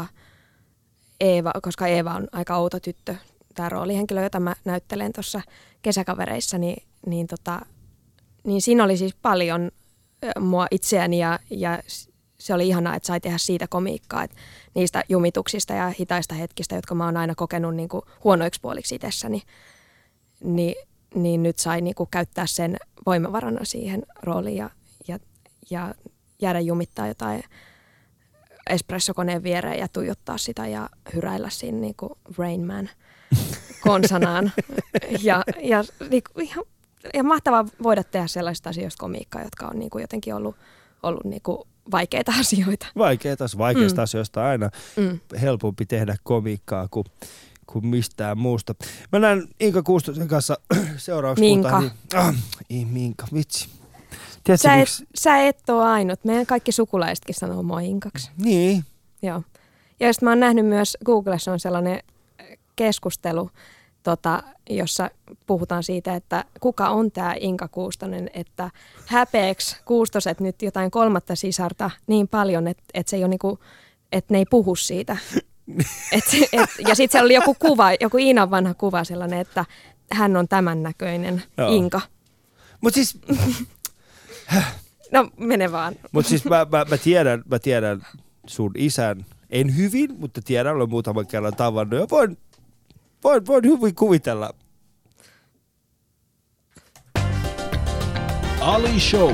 Eeva, koska Eeva on aika outo tyttö. Tämä roolihenkilö, jota mä näyttelen tuossa kesäkavereissa, niin, niin, tota, niin siinä oli siis paljon mua itseäni ja, ja se oli ihanaa, että sai tehdä siitä komiikkaa, että niistä jumituksista ja hitaista hetkistä, jotka mä oon aina kokenut niin kuin huonoiksi puoliksi itsessäni, niin, niin nyt sai niin kuin käyttää sen voimavarana siihen rooliin ja, ja, ja jäädä jumittaa jotain espressokoneen viereen ja tuijottaa sitä ja hyräillä siinä niin kuin Rain Man konsanaan. ja, ja, ja, ja mahtavaa voida tehdä sellaisista asioista komiikkaa, jotka on niin kuin jotenkin ollut, ollut niin kuin vaikeita asioita. Vaikeita, vaikeista Mm. asioista aina Mm. helpompi tehdä komiikkaa kuin, kuin mistään muusta. Mä näen Inka Kuustosen kanssa seuraavaksi. Minka. puhutaan, Niin, ah, ei Minka, vitsi. Tiedätkö, Sä et, miksi? sä et ole ainut. Meidän kaikki sukulaisetkin sanoo moi Inkaksi. Niin. Joo. Ja sitten mä oon nähnyt myös, Googlessa on sellainen keskustelu, tota, jossa puhutaan siitä, että kuka on tämä Inka Kuustonen, että häpeäks Kuustoset nyt jotain kolmatta sisarta niin paljon, että et se ei ole niinku, että ne ei puhu siitä. et, et, ja sitten siellä oli joku kuva, joku Iinan vanha kuva sellainen, että hän on tämän näköinen Joo. Inka. Mut siis, No mene vaan. mut siis mä, mä, mä, tiedän, mä tiedän sun isän, en hyvin, mutta tiedän, olen muutaman kerran tavannut ja voin, voin, voin hyvin kuvitella. Ali Show.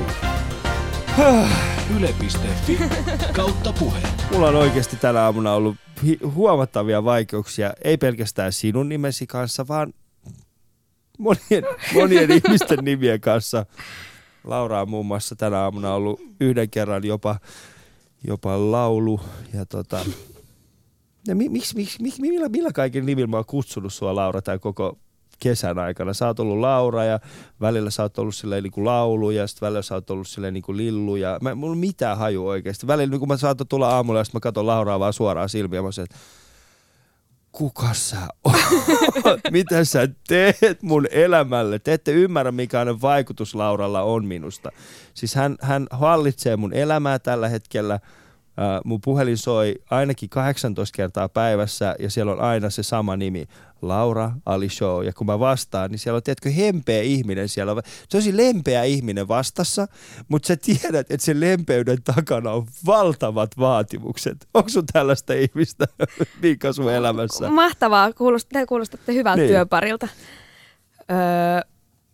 Yle piste fi kautta puhe. Mulla on oikeasti tänä aamuna ollut hi- huomattavia vaikeuksia, ei pelkästään sinun nimesi kanssa, vaan monien, monien ihmisten nimien kanssa. Laura on muun muassa tänä aamuna ollut yhden kerran jopa, jopa laulu. Ja tota, ja mi, miksi, miksi, miksi, millä, millä kaiken nimillä mä oon kutsunut sua, Laura, tämän koko kesän aikana? Sä oot ollut Laura ja välillä sä oot ollut silleen niin kuin laulu ja sitten välillä sä oot ollut silleen niin kuin Lillu. Ja mä, mulla ei mitään haju oikeasti. Välillä niin kun mä saatan tulla aamulla ja sitten mä katson Lauraa vaan suoraan silmiä. Mä sanon, että kuka sä oot? Mitä sä teet mun elämälle? Te ette ymmärrä, mikä vaikutus Lauralla on minusta. Siis hän, hän hallitsee mun elämää tällä hetkellä. Uh, mun puhelin soi ainakin kahdeksantoista kertaa päivässä ja siellä on aina se sama nimi, Laura Ali Show. Ja kun mä vastaan, niin siellä on, tiedätkö, hempeä ihminen siellä. On, se on lempeä ihminen vastassa, mutta sä tiedät, että sen lempeyden takana on valtavat vaatimukset. Onko sun tällaista ihmistä Miika sun elämässä? Mahtavaa, Kuulost, te kuulostatte hyvältä Niin. työparilta. Öö,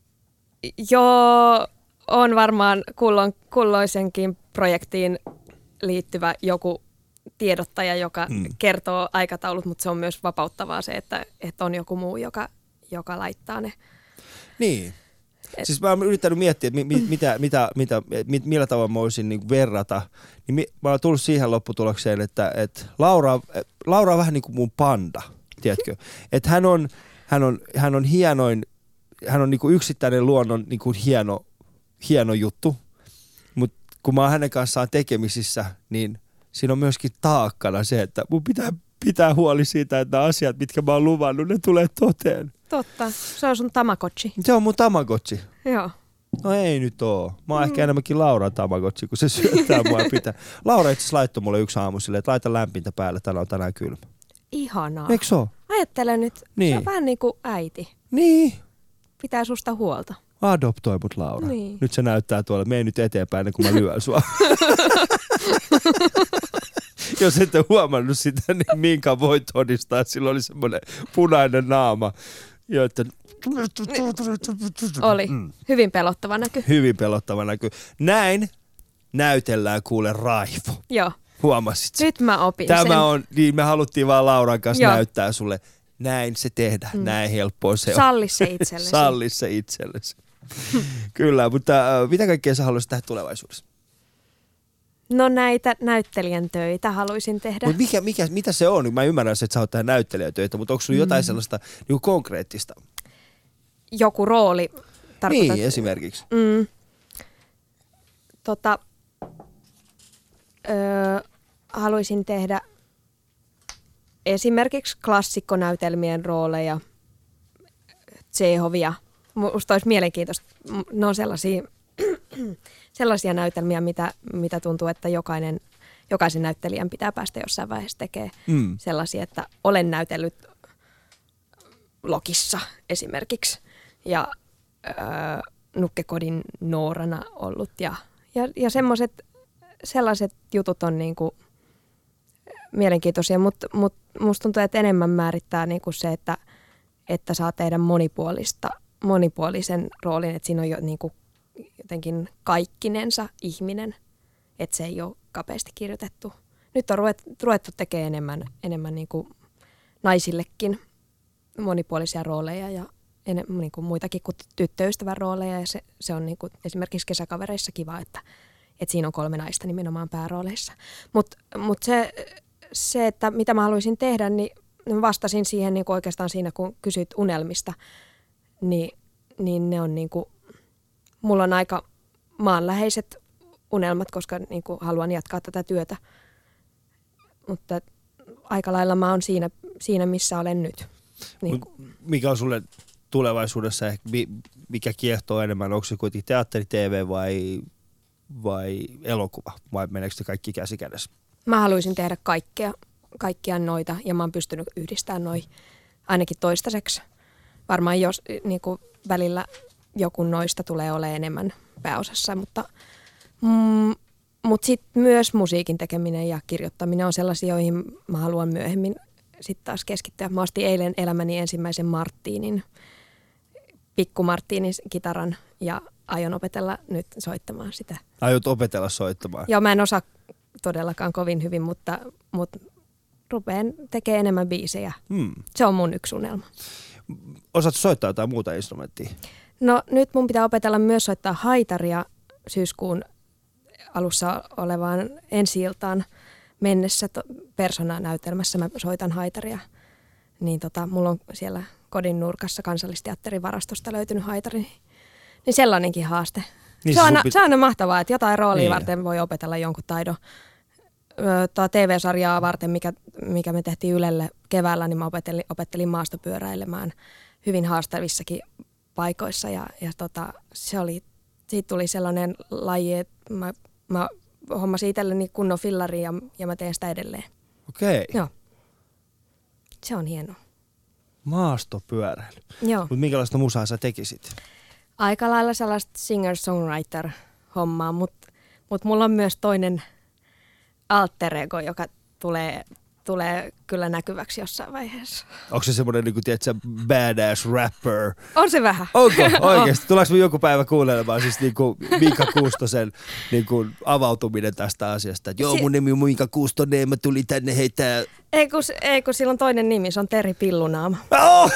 joo, on varmaan kullon, kulloisenkin projektiin liittyvä joku tiedottaja, joka mm. kertoo aikataulut, mutta se on myös vapauttavaa se, että, että on joku muu, joka, joka laittaa ne. Niin. Et, Siis mä oon yrittänyt miettiä, että mi, mi, mitä, mitä, mitä, mit, millä tavalla mä voisin niin verrata. Niin mi, mä oon tullut siihen lopputulokseen, että, että Laura, Laura on vähän niin kuin mun panda, tiedätkö? Että hän on, hän on, hän on hienoin, hän on niin kuin yksittäinen luonnon niin kuin hieno, hieno juttu. Mutta kun mä oon hänen kanssaan tekemisissä, niin siinä on myöskin taakkana se, että mun pitää pitää huoli siitä, että nämä asiat, mitkä mä oon luvannut, ne tulee toteen. totta, se on sun Tamagotchi. Se on mun Tamagotchi. Joo. No ei nyt oo. Mä oon mm. ehkä enemmänkin Lauran Tamagotchi, kun se syöttää mua ja pitää. Laura itse asiassa laittoi mulle yksi aamu silleen, että laita lämpintä päälle, täällä on tänään kylmä. Ihanaa. Eikö se ole? Ajattelen nyt, Niin. se on vähän niin kuin äiti. Niin. Pitää susta huolta. Adoptoi mut, Laura. Niin. Nyt se näyttää tuolla. Mene nyt eteenpäin ennen kuin mä lyön sua. Jos ette huomannut sitä, niin Minka voi todistaa. Sillä oli semmoinen punainen naama. Ja että... Oli. Mm. Hyvin pelottava näky. Hyvin pelottava näky. Näin näytellään kuule raivo. Joo. Huomasit sen? Nyt mä opin Tämä sen. on, niin me haluttiin vaan Lauran kanssa Joo. näyttää sulle. Näin se tehdään, mm. näin helppoa se Salli on. se itsellesi. Salli se itsellesi. Kyllä, mutta äh, mitä kaikkea sä haluaisit tehdä tulevaisuudessa? No näitä näyttelijän töitä haluaisin tehdä. Mut mikä, mikä, mitä se on? Mä ymmärrän, että sä oot tehdä näyttelijätöitä, mutta onko sulla mm. jotain sellaista niin konkreettista? Joku rooli. Tarkoitat... Niin, esimerkiksi. Mm, tota, öö, haluaisin tehdä esimerkiksi klassikkonäytelmien rooleja, Tšehovia. Musta olisi mielenkiintoista. Ne on sellaisia, sellaisia näytelmiä, mitä, mitä tuntuu, että jokainen, jokaisen näyttelijän pitää päästä jossain vaiheessa tekemään. Mm. Sellaisia, että olen näytellyt Lokissa esimerkiksi ja öö, Nukkekodin Noorana ollut. Ja, ja, ja semmoiset, sellaiset jutut on niinku mielenkiintoisia, mutta mut, musta tuntuu, että enemmän määrittää niinku se, että, että saa tehdä monipuolista, monipuolisen roolin, että siinä on jo niinku jotenkin kaikkinensa ihminen, että se ei ole kapeasti kirjoitettu. Nyt on ruvettu, ruvettu tekemään enemmän, enemmän niinku naisillekin monipuolisia rooleja ja enem, niinku muitakin kuin tyttöystävän rooleja. Ja se, se on niinku esimerkiksi Kesäkavereissa kiva, että, että siinä on kolme naista nimenomaan päärooleissa. Mutta mut se, se, että mitä mä haluaisin tehdä, niin vastasin siihen niinku oikeastaan siinä, kun kysyit unelmista, niin, niin ne on niinku, mulla on aika maanläheiset unelmat, koska niinku haluan jatkaa tätä työtä. Mutta aika lailla mä oon siinä, siinä missä olen nyt. Niin. Mikä on sulle tulevaisuudessa, mikä kiehtoo enemmän? Onko se kuitenkin teatteri, T V vai, vai elokuva? Vai meneekö se kaikki käsi kädessä? Mä haluaisin tehdä kaikkea, kaikkia noita ja mä oon pystynyt yhdistämään noi ainakin toistaiseksi. Varmaan jos niin kuin välillä joku noista tulee olemaan enemmän pääosassa, mutta, mm, mutta sitten myös musiikin tekeminen ja kirjoittaminen on sellaisia, joihin mä haluan myöhemmin sitten taas keskittyä. Mä ostin eilen elämäni ensimmäisen Martinin, pikku Martinin kitaran ja aion opetella nyt soittamaan sitä. Aiot opetella soittamaan? Joo, mä en osaa todellakaan kovin hyvin, mutta, mutta rupean tekemään enemmän biisejä. Hmm. Se on mun yksi unelma. Osaatko soittaa jotain muuta instrumenttia? No nyt mun pitää opetella myös soittaa haitaria syyskuun alussa olevaan ensi-iltaan mennessä to- Persona-näytelmässä. Mä soitan haitaria. Niin tota, mulla on siellä kodin nurkassa Kansallisteatterin varastosta löytynyt haitari. Niin sellainenkin haaste. Niin se, on aina, pit- se on aina mahtavaa, että jotain roolia niin. varten voi opetella jonkun taidon. Tuo T V-sarjaa varten, mikä, mikä me tehtiin Ylelle keväällä, niin mä opettelin, opettelin maastopyöräilemään hyvin haastavissakin paikoissa. Ja, ja tota, se oli, siitä tuli sellainen laji, että mä, mä hommasin itselleni kunnon fillari ja, ja mä teen sitä edelleen. Okei. Joo. Se on hienoa. Maastopyöräily. Joo. Mutta minkälaista musaa sä tekisit? Aika lailla sellaista singer-songwriter-hommaa, mutta mut mulla on myös toinen alter ego, joka tulee, tulee kyllä näkyväksi jossain vaiheessa. Onko se semmoinen, niin kuin, tiedätkö, badass rapper? On se vähän. Onko? Oikeasti? Tuleeko me joku päivä kuuntelemaan siis niin kuin Miikka Kuustosen niin kuin avautuminen tästä asiasta? Että joo, mun nimi on Miikka Kuustonen, mä tulin tänne heitää. Ei kun, ei kun sillä on toinen nimi, se on Teri Pillunaama. Oh!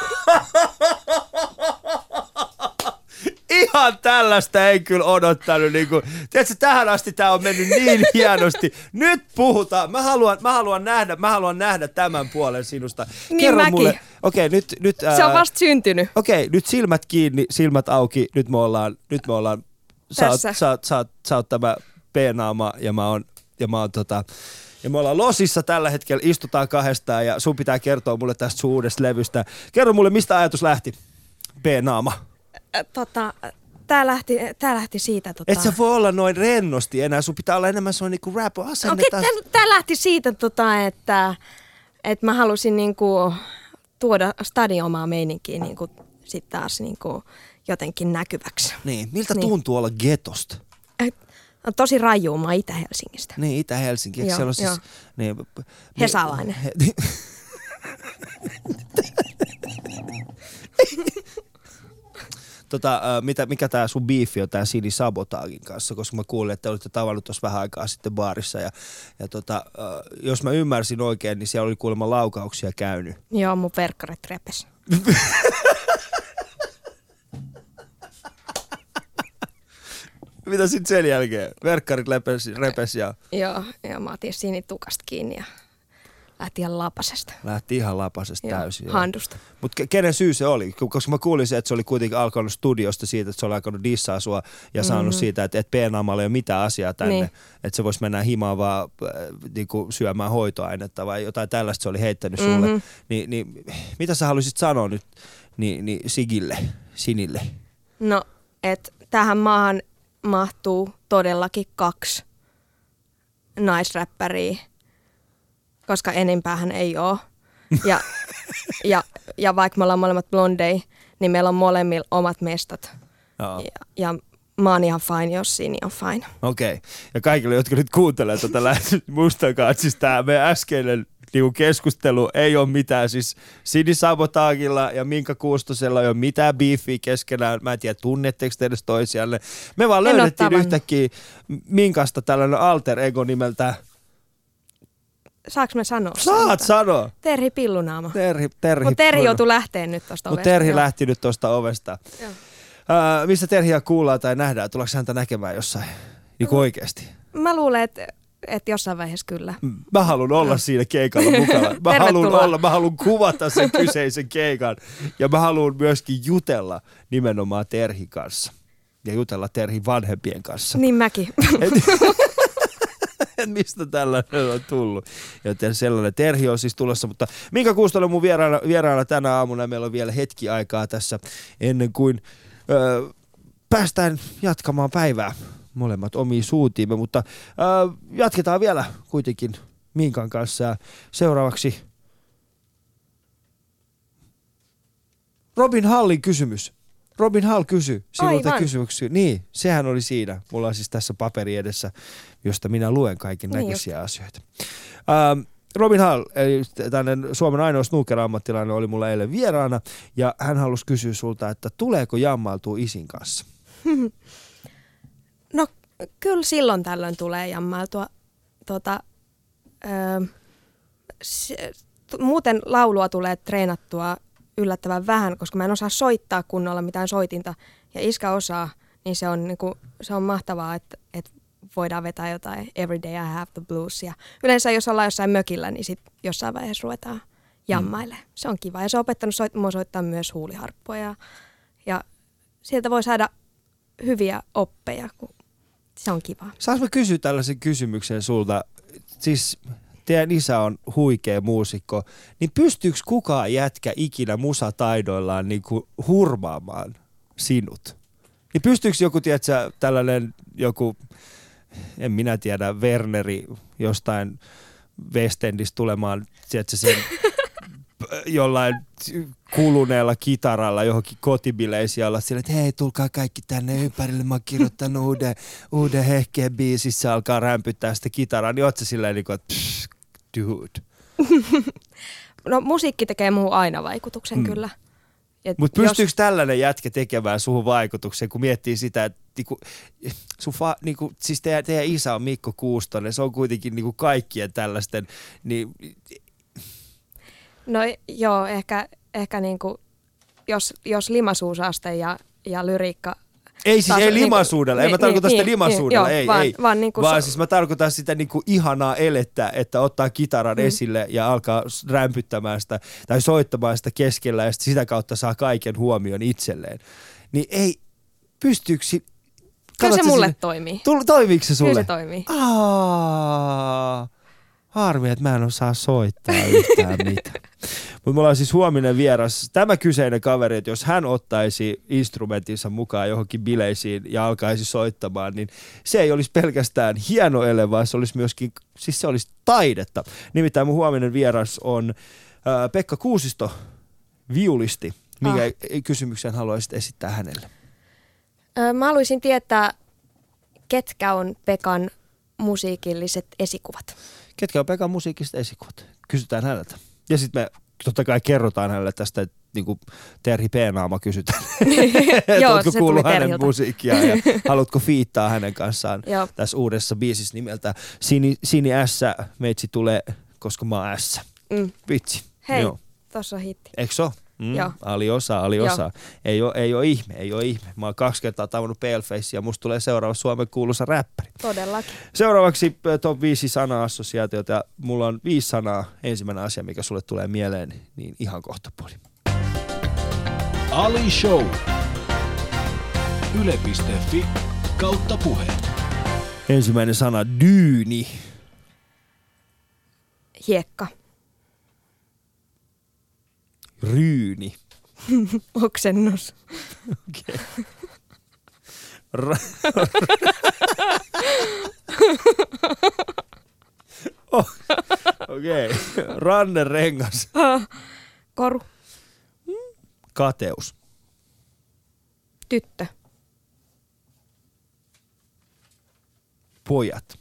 Ihan tällaista ei kyllä odottanut. Niin kuin, tiedätkö, tähän asti tämä on mennyt niin hienosti. Nyt puhutaan. Mä haluan, mä haluan, nähdä, mä haluan nähdä tämän puolen sinusta. Niin Kerro mäkin. mulle. Okei, nyt, nyt, ää, se on vasta syntynyt. Okei, nyt silmät kiinni, silmät auki. Nyt me ollaan, nyt me ollaan sä oot, sä, oot, sä, oot, sä oot tämä P-naama ja mä oon, ja mä oon tota... Ja me ollaan Losissa tällä hetkellä, istutaan kahdestaan ja sun pitää kertoa mulle tästä sun uudesta levystä. Kerro mulle, mistä ajatus lähti? P-naama. Tota, tää lähti, tää lähti siitä. Tota... Et sä voi olla noin rennosti enää, sun pitää olla enemmän sellainen niinku rap-asenne. Okei, okay, tää, tää lähti siitä, tota, että, että mä halusin niinku tuoda stadin omaa meininkiä niinku sit taas niinku jotenkin näkyväksi. Niin, miltä Niin. tuntuu olla getosta? On tosi rajuu, mä oon Itä-Helsingistä. Niin, Itä-Helsinki. Eikö Joo, siellä ole siis... joo. Niin, Hesalainen. He, tota, mitä, mikä tää sun biifi on tää Sini Sabotagin kanssa, koska mä kuulin, että te olitte tavannut tuossa vähän aikaa sitten baarissa ja, ja tota, jos mä ymmärsin oikein, niin siellä oli kuulemma laukauksia käynyt. Joo, mun verkkarit repes. Mitä sitten sen jälkeen? Verkkarit repesi, repesi ja... Joo, ja mä otin Sini tukasta kiinni ja lähti ihan lapasesta. Lähti ihan lapasesta Joo, täysin. handusta. Mutta kenen syy se oli? Koska mä kuulin se, että se oli kuitenkin alkanut studiosta siitä, että se oli alkanut dissaa sua ja mm-hmm. saanut siitä, että et P-naamalla ei ole mitään asiaa tänne. Niin. Että se voisi mennä himaan vaan äh, niinku syömään hoitoainetta vai jotain tällaista se oli heittänyt sulle. Mm-hmm. Ni, niin mitä sä haluaisit sanoa nyt niin, niin Sigille, Sinille? No, että tähän maahan mahtuu todellakin kaksi naisräppäriä, koska enempäähän ei ole. Ja, ja, ja vaikka me ollaan molemmat blondeja, niin meillä on molemmilla omat mestat. Joo. Ja, ja mä oon ihan fine, jos Sini on fine. Okei. Okay. Ja kaikille, jotka nyt kuuntelee tätä lähetys, muistakaa, että siis tämä meidän äskeinen niinku keskustelu ei ole mitään. Siis Sini Sabotagilla ja Minka Kuustosella ei ole mitään beefiä keskenään. Mä en tiedä, tunnetteko te edes toisianne. Me vaan En löydettiin yhtäkkiä Minkasta tällainen alter ego nimeltä... Saanko me sanoa? Saat sen? sanoa! Terhi Pillunaama. Terhi, terhi, Mutta Terhi joutui lähteen nyt tosta Mut ovesta. Terhi Joo. lähti nyt tuosta ovesta. Joo. Uh, missä Terhiä kuullaan tai nähdään? Tullaanko häntä näkemään jossain? Niin kuin oikeasti? Mä luulen, että et jossain vaiheessa kyllä. Mä haluan olla no. siinä keikalla mukana. Mä haluan olla, mä haluan kuvata sen kyseisen keikan. Ja mä haluan myöskin jutella nimenomaan Terhin kanssa. Ja jutella Terhin vanhempien kanssa. Niin mäkin. Et mistä tällainen on tullut. Joten sellainen Terhi on siis tulossa. Mutta Minka Kuustonen on mun vieraana, vieraana tänä aamuna. Meillä on vielä hetki aikaa tässä ennen kuin öö, päästään jatkamaan päivää. Molemmat omiin suuntiimme, mutta äh, jatketaan vielä kuitenkin Minkan kanssa. Ja seuraavaksi Robin Hallin kysymys. Robin Hall kysyi sinulta kysymyksiä. Niin, sehän oli siinä. Mulla on siis tässä paperi edessä, josta minä luen kaiken niin näköisiä just. asioita. Ähm, Robin Hall, eli tällainen Suomen ainoa snooker-ammattilainen, oli mulla eilen vieraana. Ja hän halusi kysyä sulta, että tuleeko jammailtua isin kanssa? No kyllä silloin tällöin tulee jammailtua. Tota, öö, se, t- muuten laulua tulee treenattua yllättävän vähän, koska mä en osaa soittaa kunnolla mitään soitinta. Ja iskä osaa, niin se on, niinku, se on mahtavaa, että, että voidaan vetää jotain Every Day I Have the Blues. Ja yleensä jos ollaan jossain mökillä, niin sit jossain vaiheessa ruvetaan jammailemaan. Mm. Se on kiva. Ja se on opettanut soit, mua soittaa myös huuliharppua. Ja, ja sieltä voi saada hyviä oppeja, kun se on kiva. Saanko mä kysyä tällaisen kysymyksen sulta? Siis teidän isä on huikea muusikko, niin pystyykö kukaan jätkä ikinä musataidoillaan niinku hurmaamaan sinut? Niin pystyykö joku, tiedätkö, tällainen joku, en minä tiedä, Werneri jostain West Endistä tulemaan, tiedätkö, sen jollain kuluneella kitaralla johonkin kotibileisiin olla sillä, että hei, tulkaa kaikki tänne ympärille, mä oon kirjoittanut uuden, uuden hehkeen biisissä, alkaa rämpyttää sitä kitaraa, niin oot sä silleen niin kuin, että psh, dude. No musiikki tekee muuhun aina vaikutuksen hmm. kyllä. Mutta pystyykö jos... tällainen jätkä tekemään suhun vaikutuksen, kun miettii sitä, että niinku, sun fa, niinku, siis teidän, teidän isä on Mikko Kuustonen, se on kuitenkin niinku kaikkien tällaisten, niin... No joo, ehkä, ehkä niinku, jos, jos limasuusaste ja, ja lyriikka... Ei siis, ei limaisuudella, niin, ei mä tarkoita niin, sitä limaisuudella, niin, ei, vaan, ei. Vaan, niin vaan so... siis mä tarkoitan sitä niinku ihanaa elettä, että ottaa kitaran mm. esille ja alkaa rämpyttämään sitä tai soittamaan sitä keskellä ja sitä kautta saa kaiken huomion itselleen. Niin ei, pystyykö... Kyllä se mulle sinne? toimii. Tull, toimiiko se sulle? Kyllä se toimii. Aa, harmi, että mä en osaa soittaa yhtään mitään. Mutta mulla on siis huominen vieras, tämä kyseinen kaveri, että jos hän ottaisi instrumentinsa mukaan johonkin bileisiin ja alkaisi soittamaan, niin se ei olisi pelkästään hieno ele, vaan se olisi myöskin, siis se olisi taidetta. Nimittäin mun huominen vieras on ää, Pekka Kuusisto, viulisti. Minkä ah. kysymyksen haluaisit esittää hänelle? Öö, mä haluaisin tietää, ketkä on Pekan musiikilliset esikuvat. Ketkä on Pekan musiikilliset esikuvat? Kysytään häneltä. Ja sitten me totta kai kerrotaan hänelle tästä, että niinku Terhi P-naama kysytään. Joo, ootko se kuullut tuli hänen Terhiltä. musiikkia ja haluatko fiittaa hänen kanssaan Joo. tässä uudessa biisissä nimeltä Sini, Sini S, meitsi tulee, koska mä oon S. Mm. Vitsi. Hei, Joo. tossa on hitti. Eikö se ole? Mm, Joo. Ali osaa, ali osaa. Ei ole, ei ole ihme, ei ole ihme. Mä oon kaksi kertaa tavannut Paleface ja musta tulee seuraava Suomen kuuluisa räppäri. Todellakin. Seuraavaksi top viisi sana-assosiaatiota ja mulla on viisi sanaa. Ensimmäinen asia, mikä sulle tulee mieleen, niin ihan kohta puoli. Ali Show. Yle piste fi kautta puhe. Ensimmäinen sana, dyyni. Hiekka. Ryyni. Oksennus. Okei. Ra- oh, Okei. Okay. Rannerengas. Koru. Kateus. Tyttö. Pojat.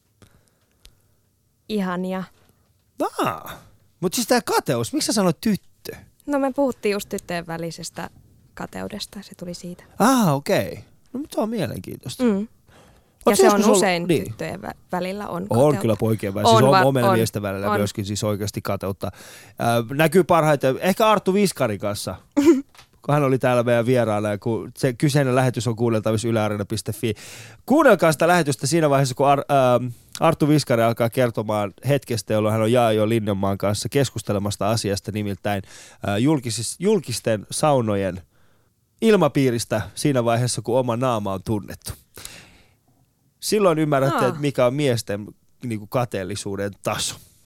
Ihania. Ah, mutta siis tää kateus, miksi sä sanoit tyttö? No me puhuttiin just tyttöjen välisestä kateudesta, se tuli siitä. Ah, okei. Okay. No mutta se on mielenkiintoista. Mm. Ja se on usein niin. Tyttöjen vä- välillä on kateutta. On kyllä poikien välillä. Siis on, on va- omena on, miesten välillä on. myöskin siis oikeasti kateutta. Äh, näkyy parhaiten, ehkä Arttu Viskarin kanssa, kun hän oli täällä meidän vieraana, ja kun se kyseinen lähetys on kuunneltavissa yle areena piste fi. Kuunnelkaa sitä lähetystä siinä vaiheessa, kun Ar- äh, Arttu Viskari alkaa kertomaan hetkestä, jolloin hän on Jaajo Linnanmaan kanssa keskustelemasta asiasta, nimittäin äh, julkis- julkisten saunojen ilmapiiristä siinä vaiheessa, kun oma naama on tunnettu. Silloin ymmärrätte, Aa. että mikä on miesten niin kuin kateellisuuden taso.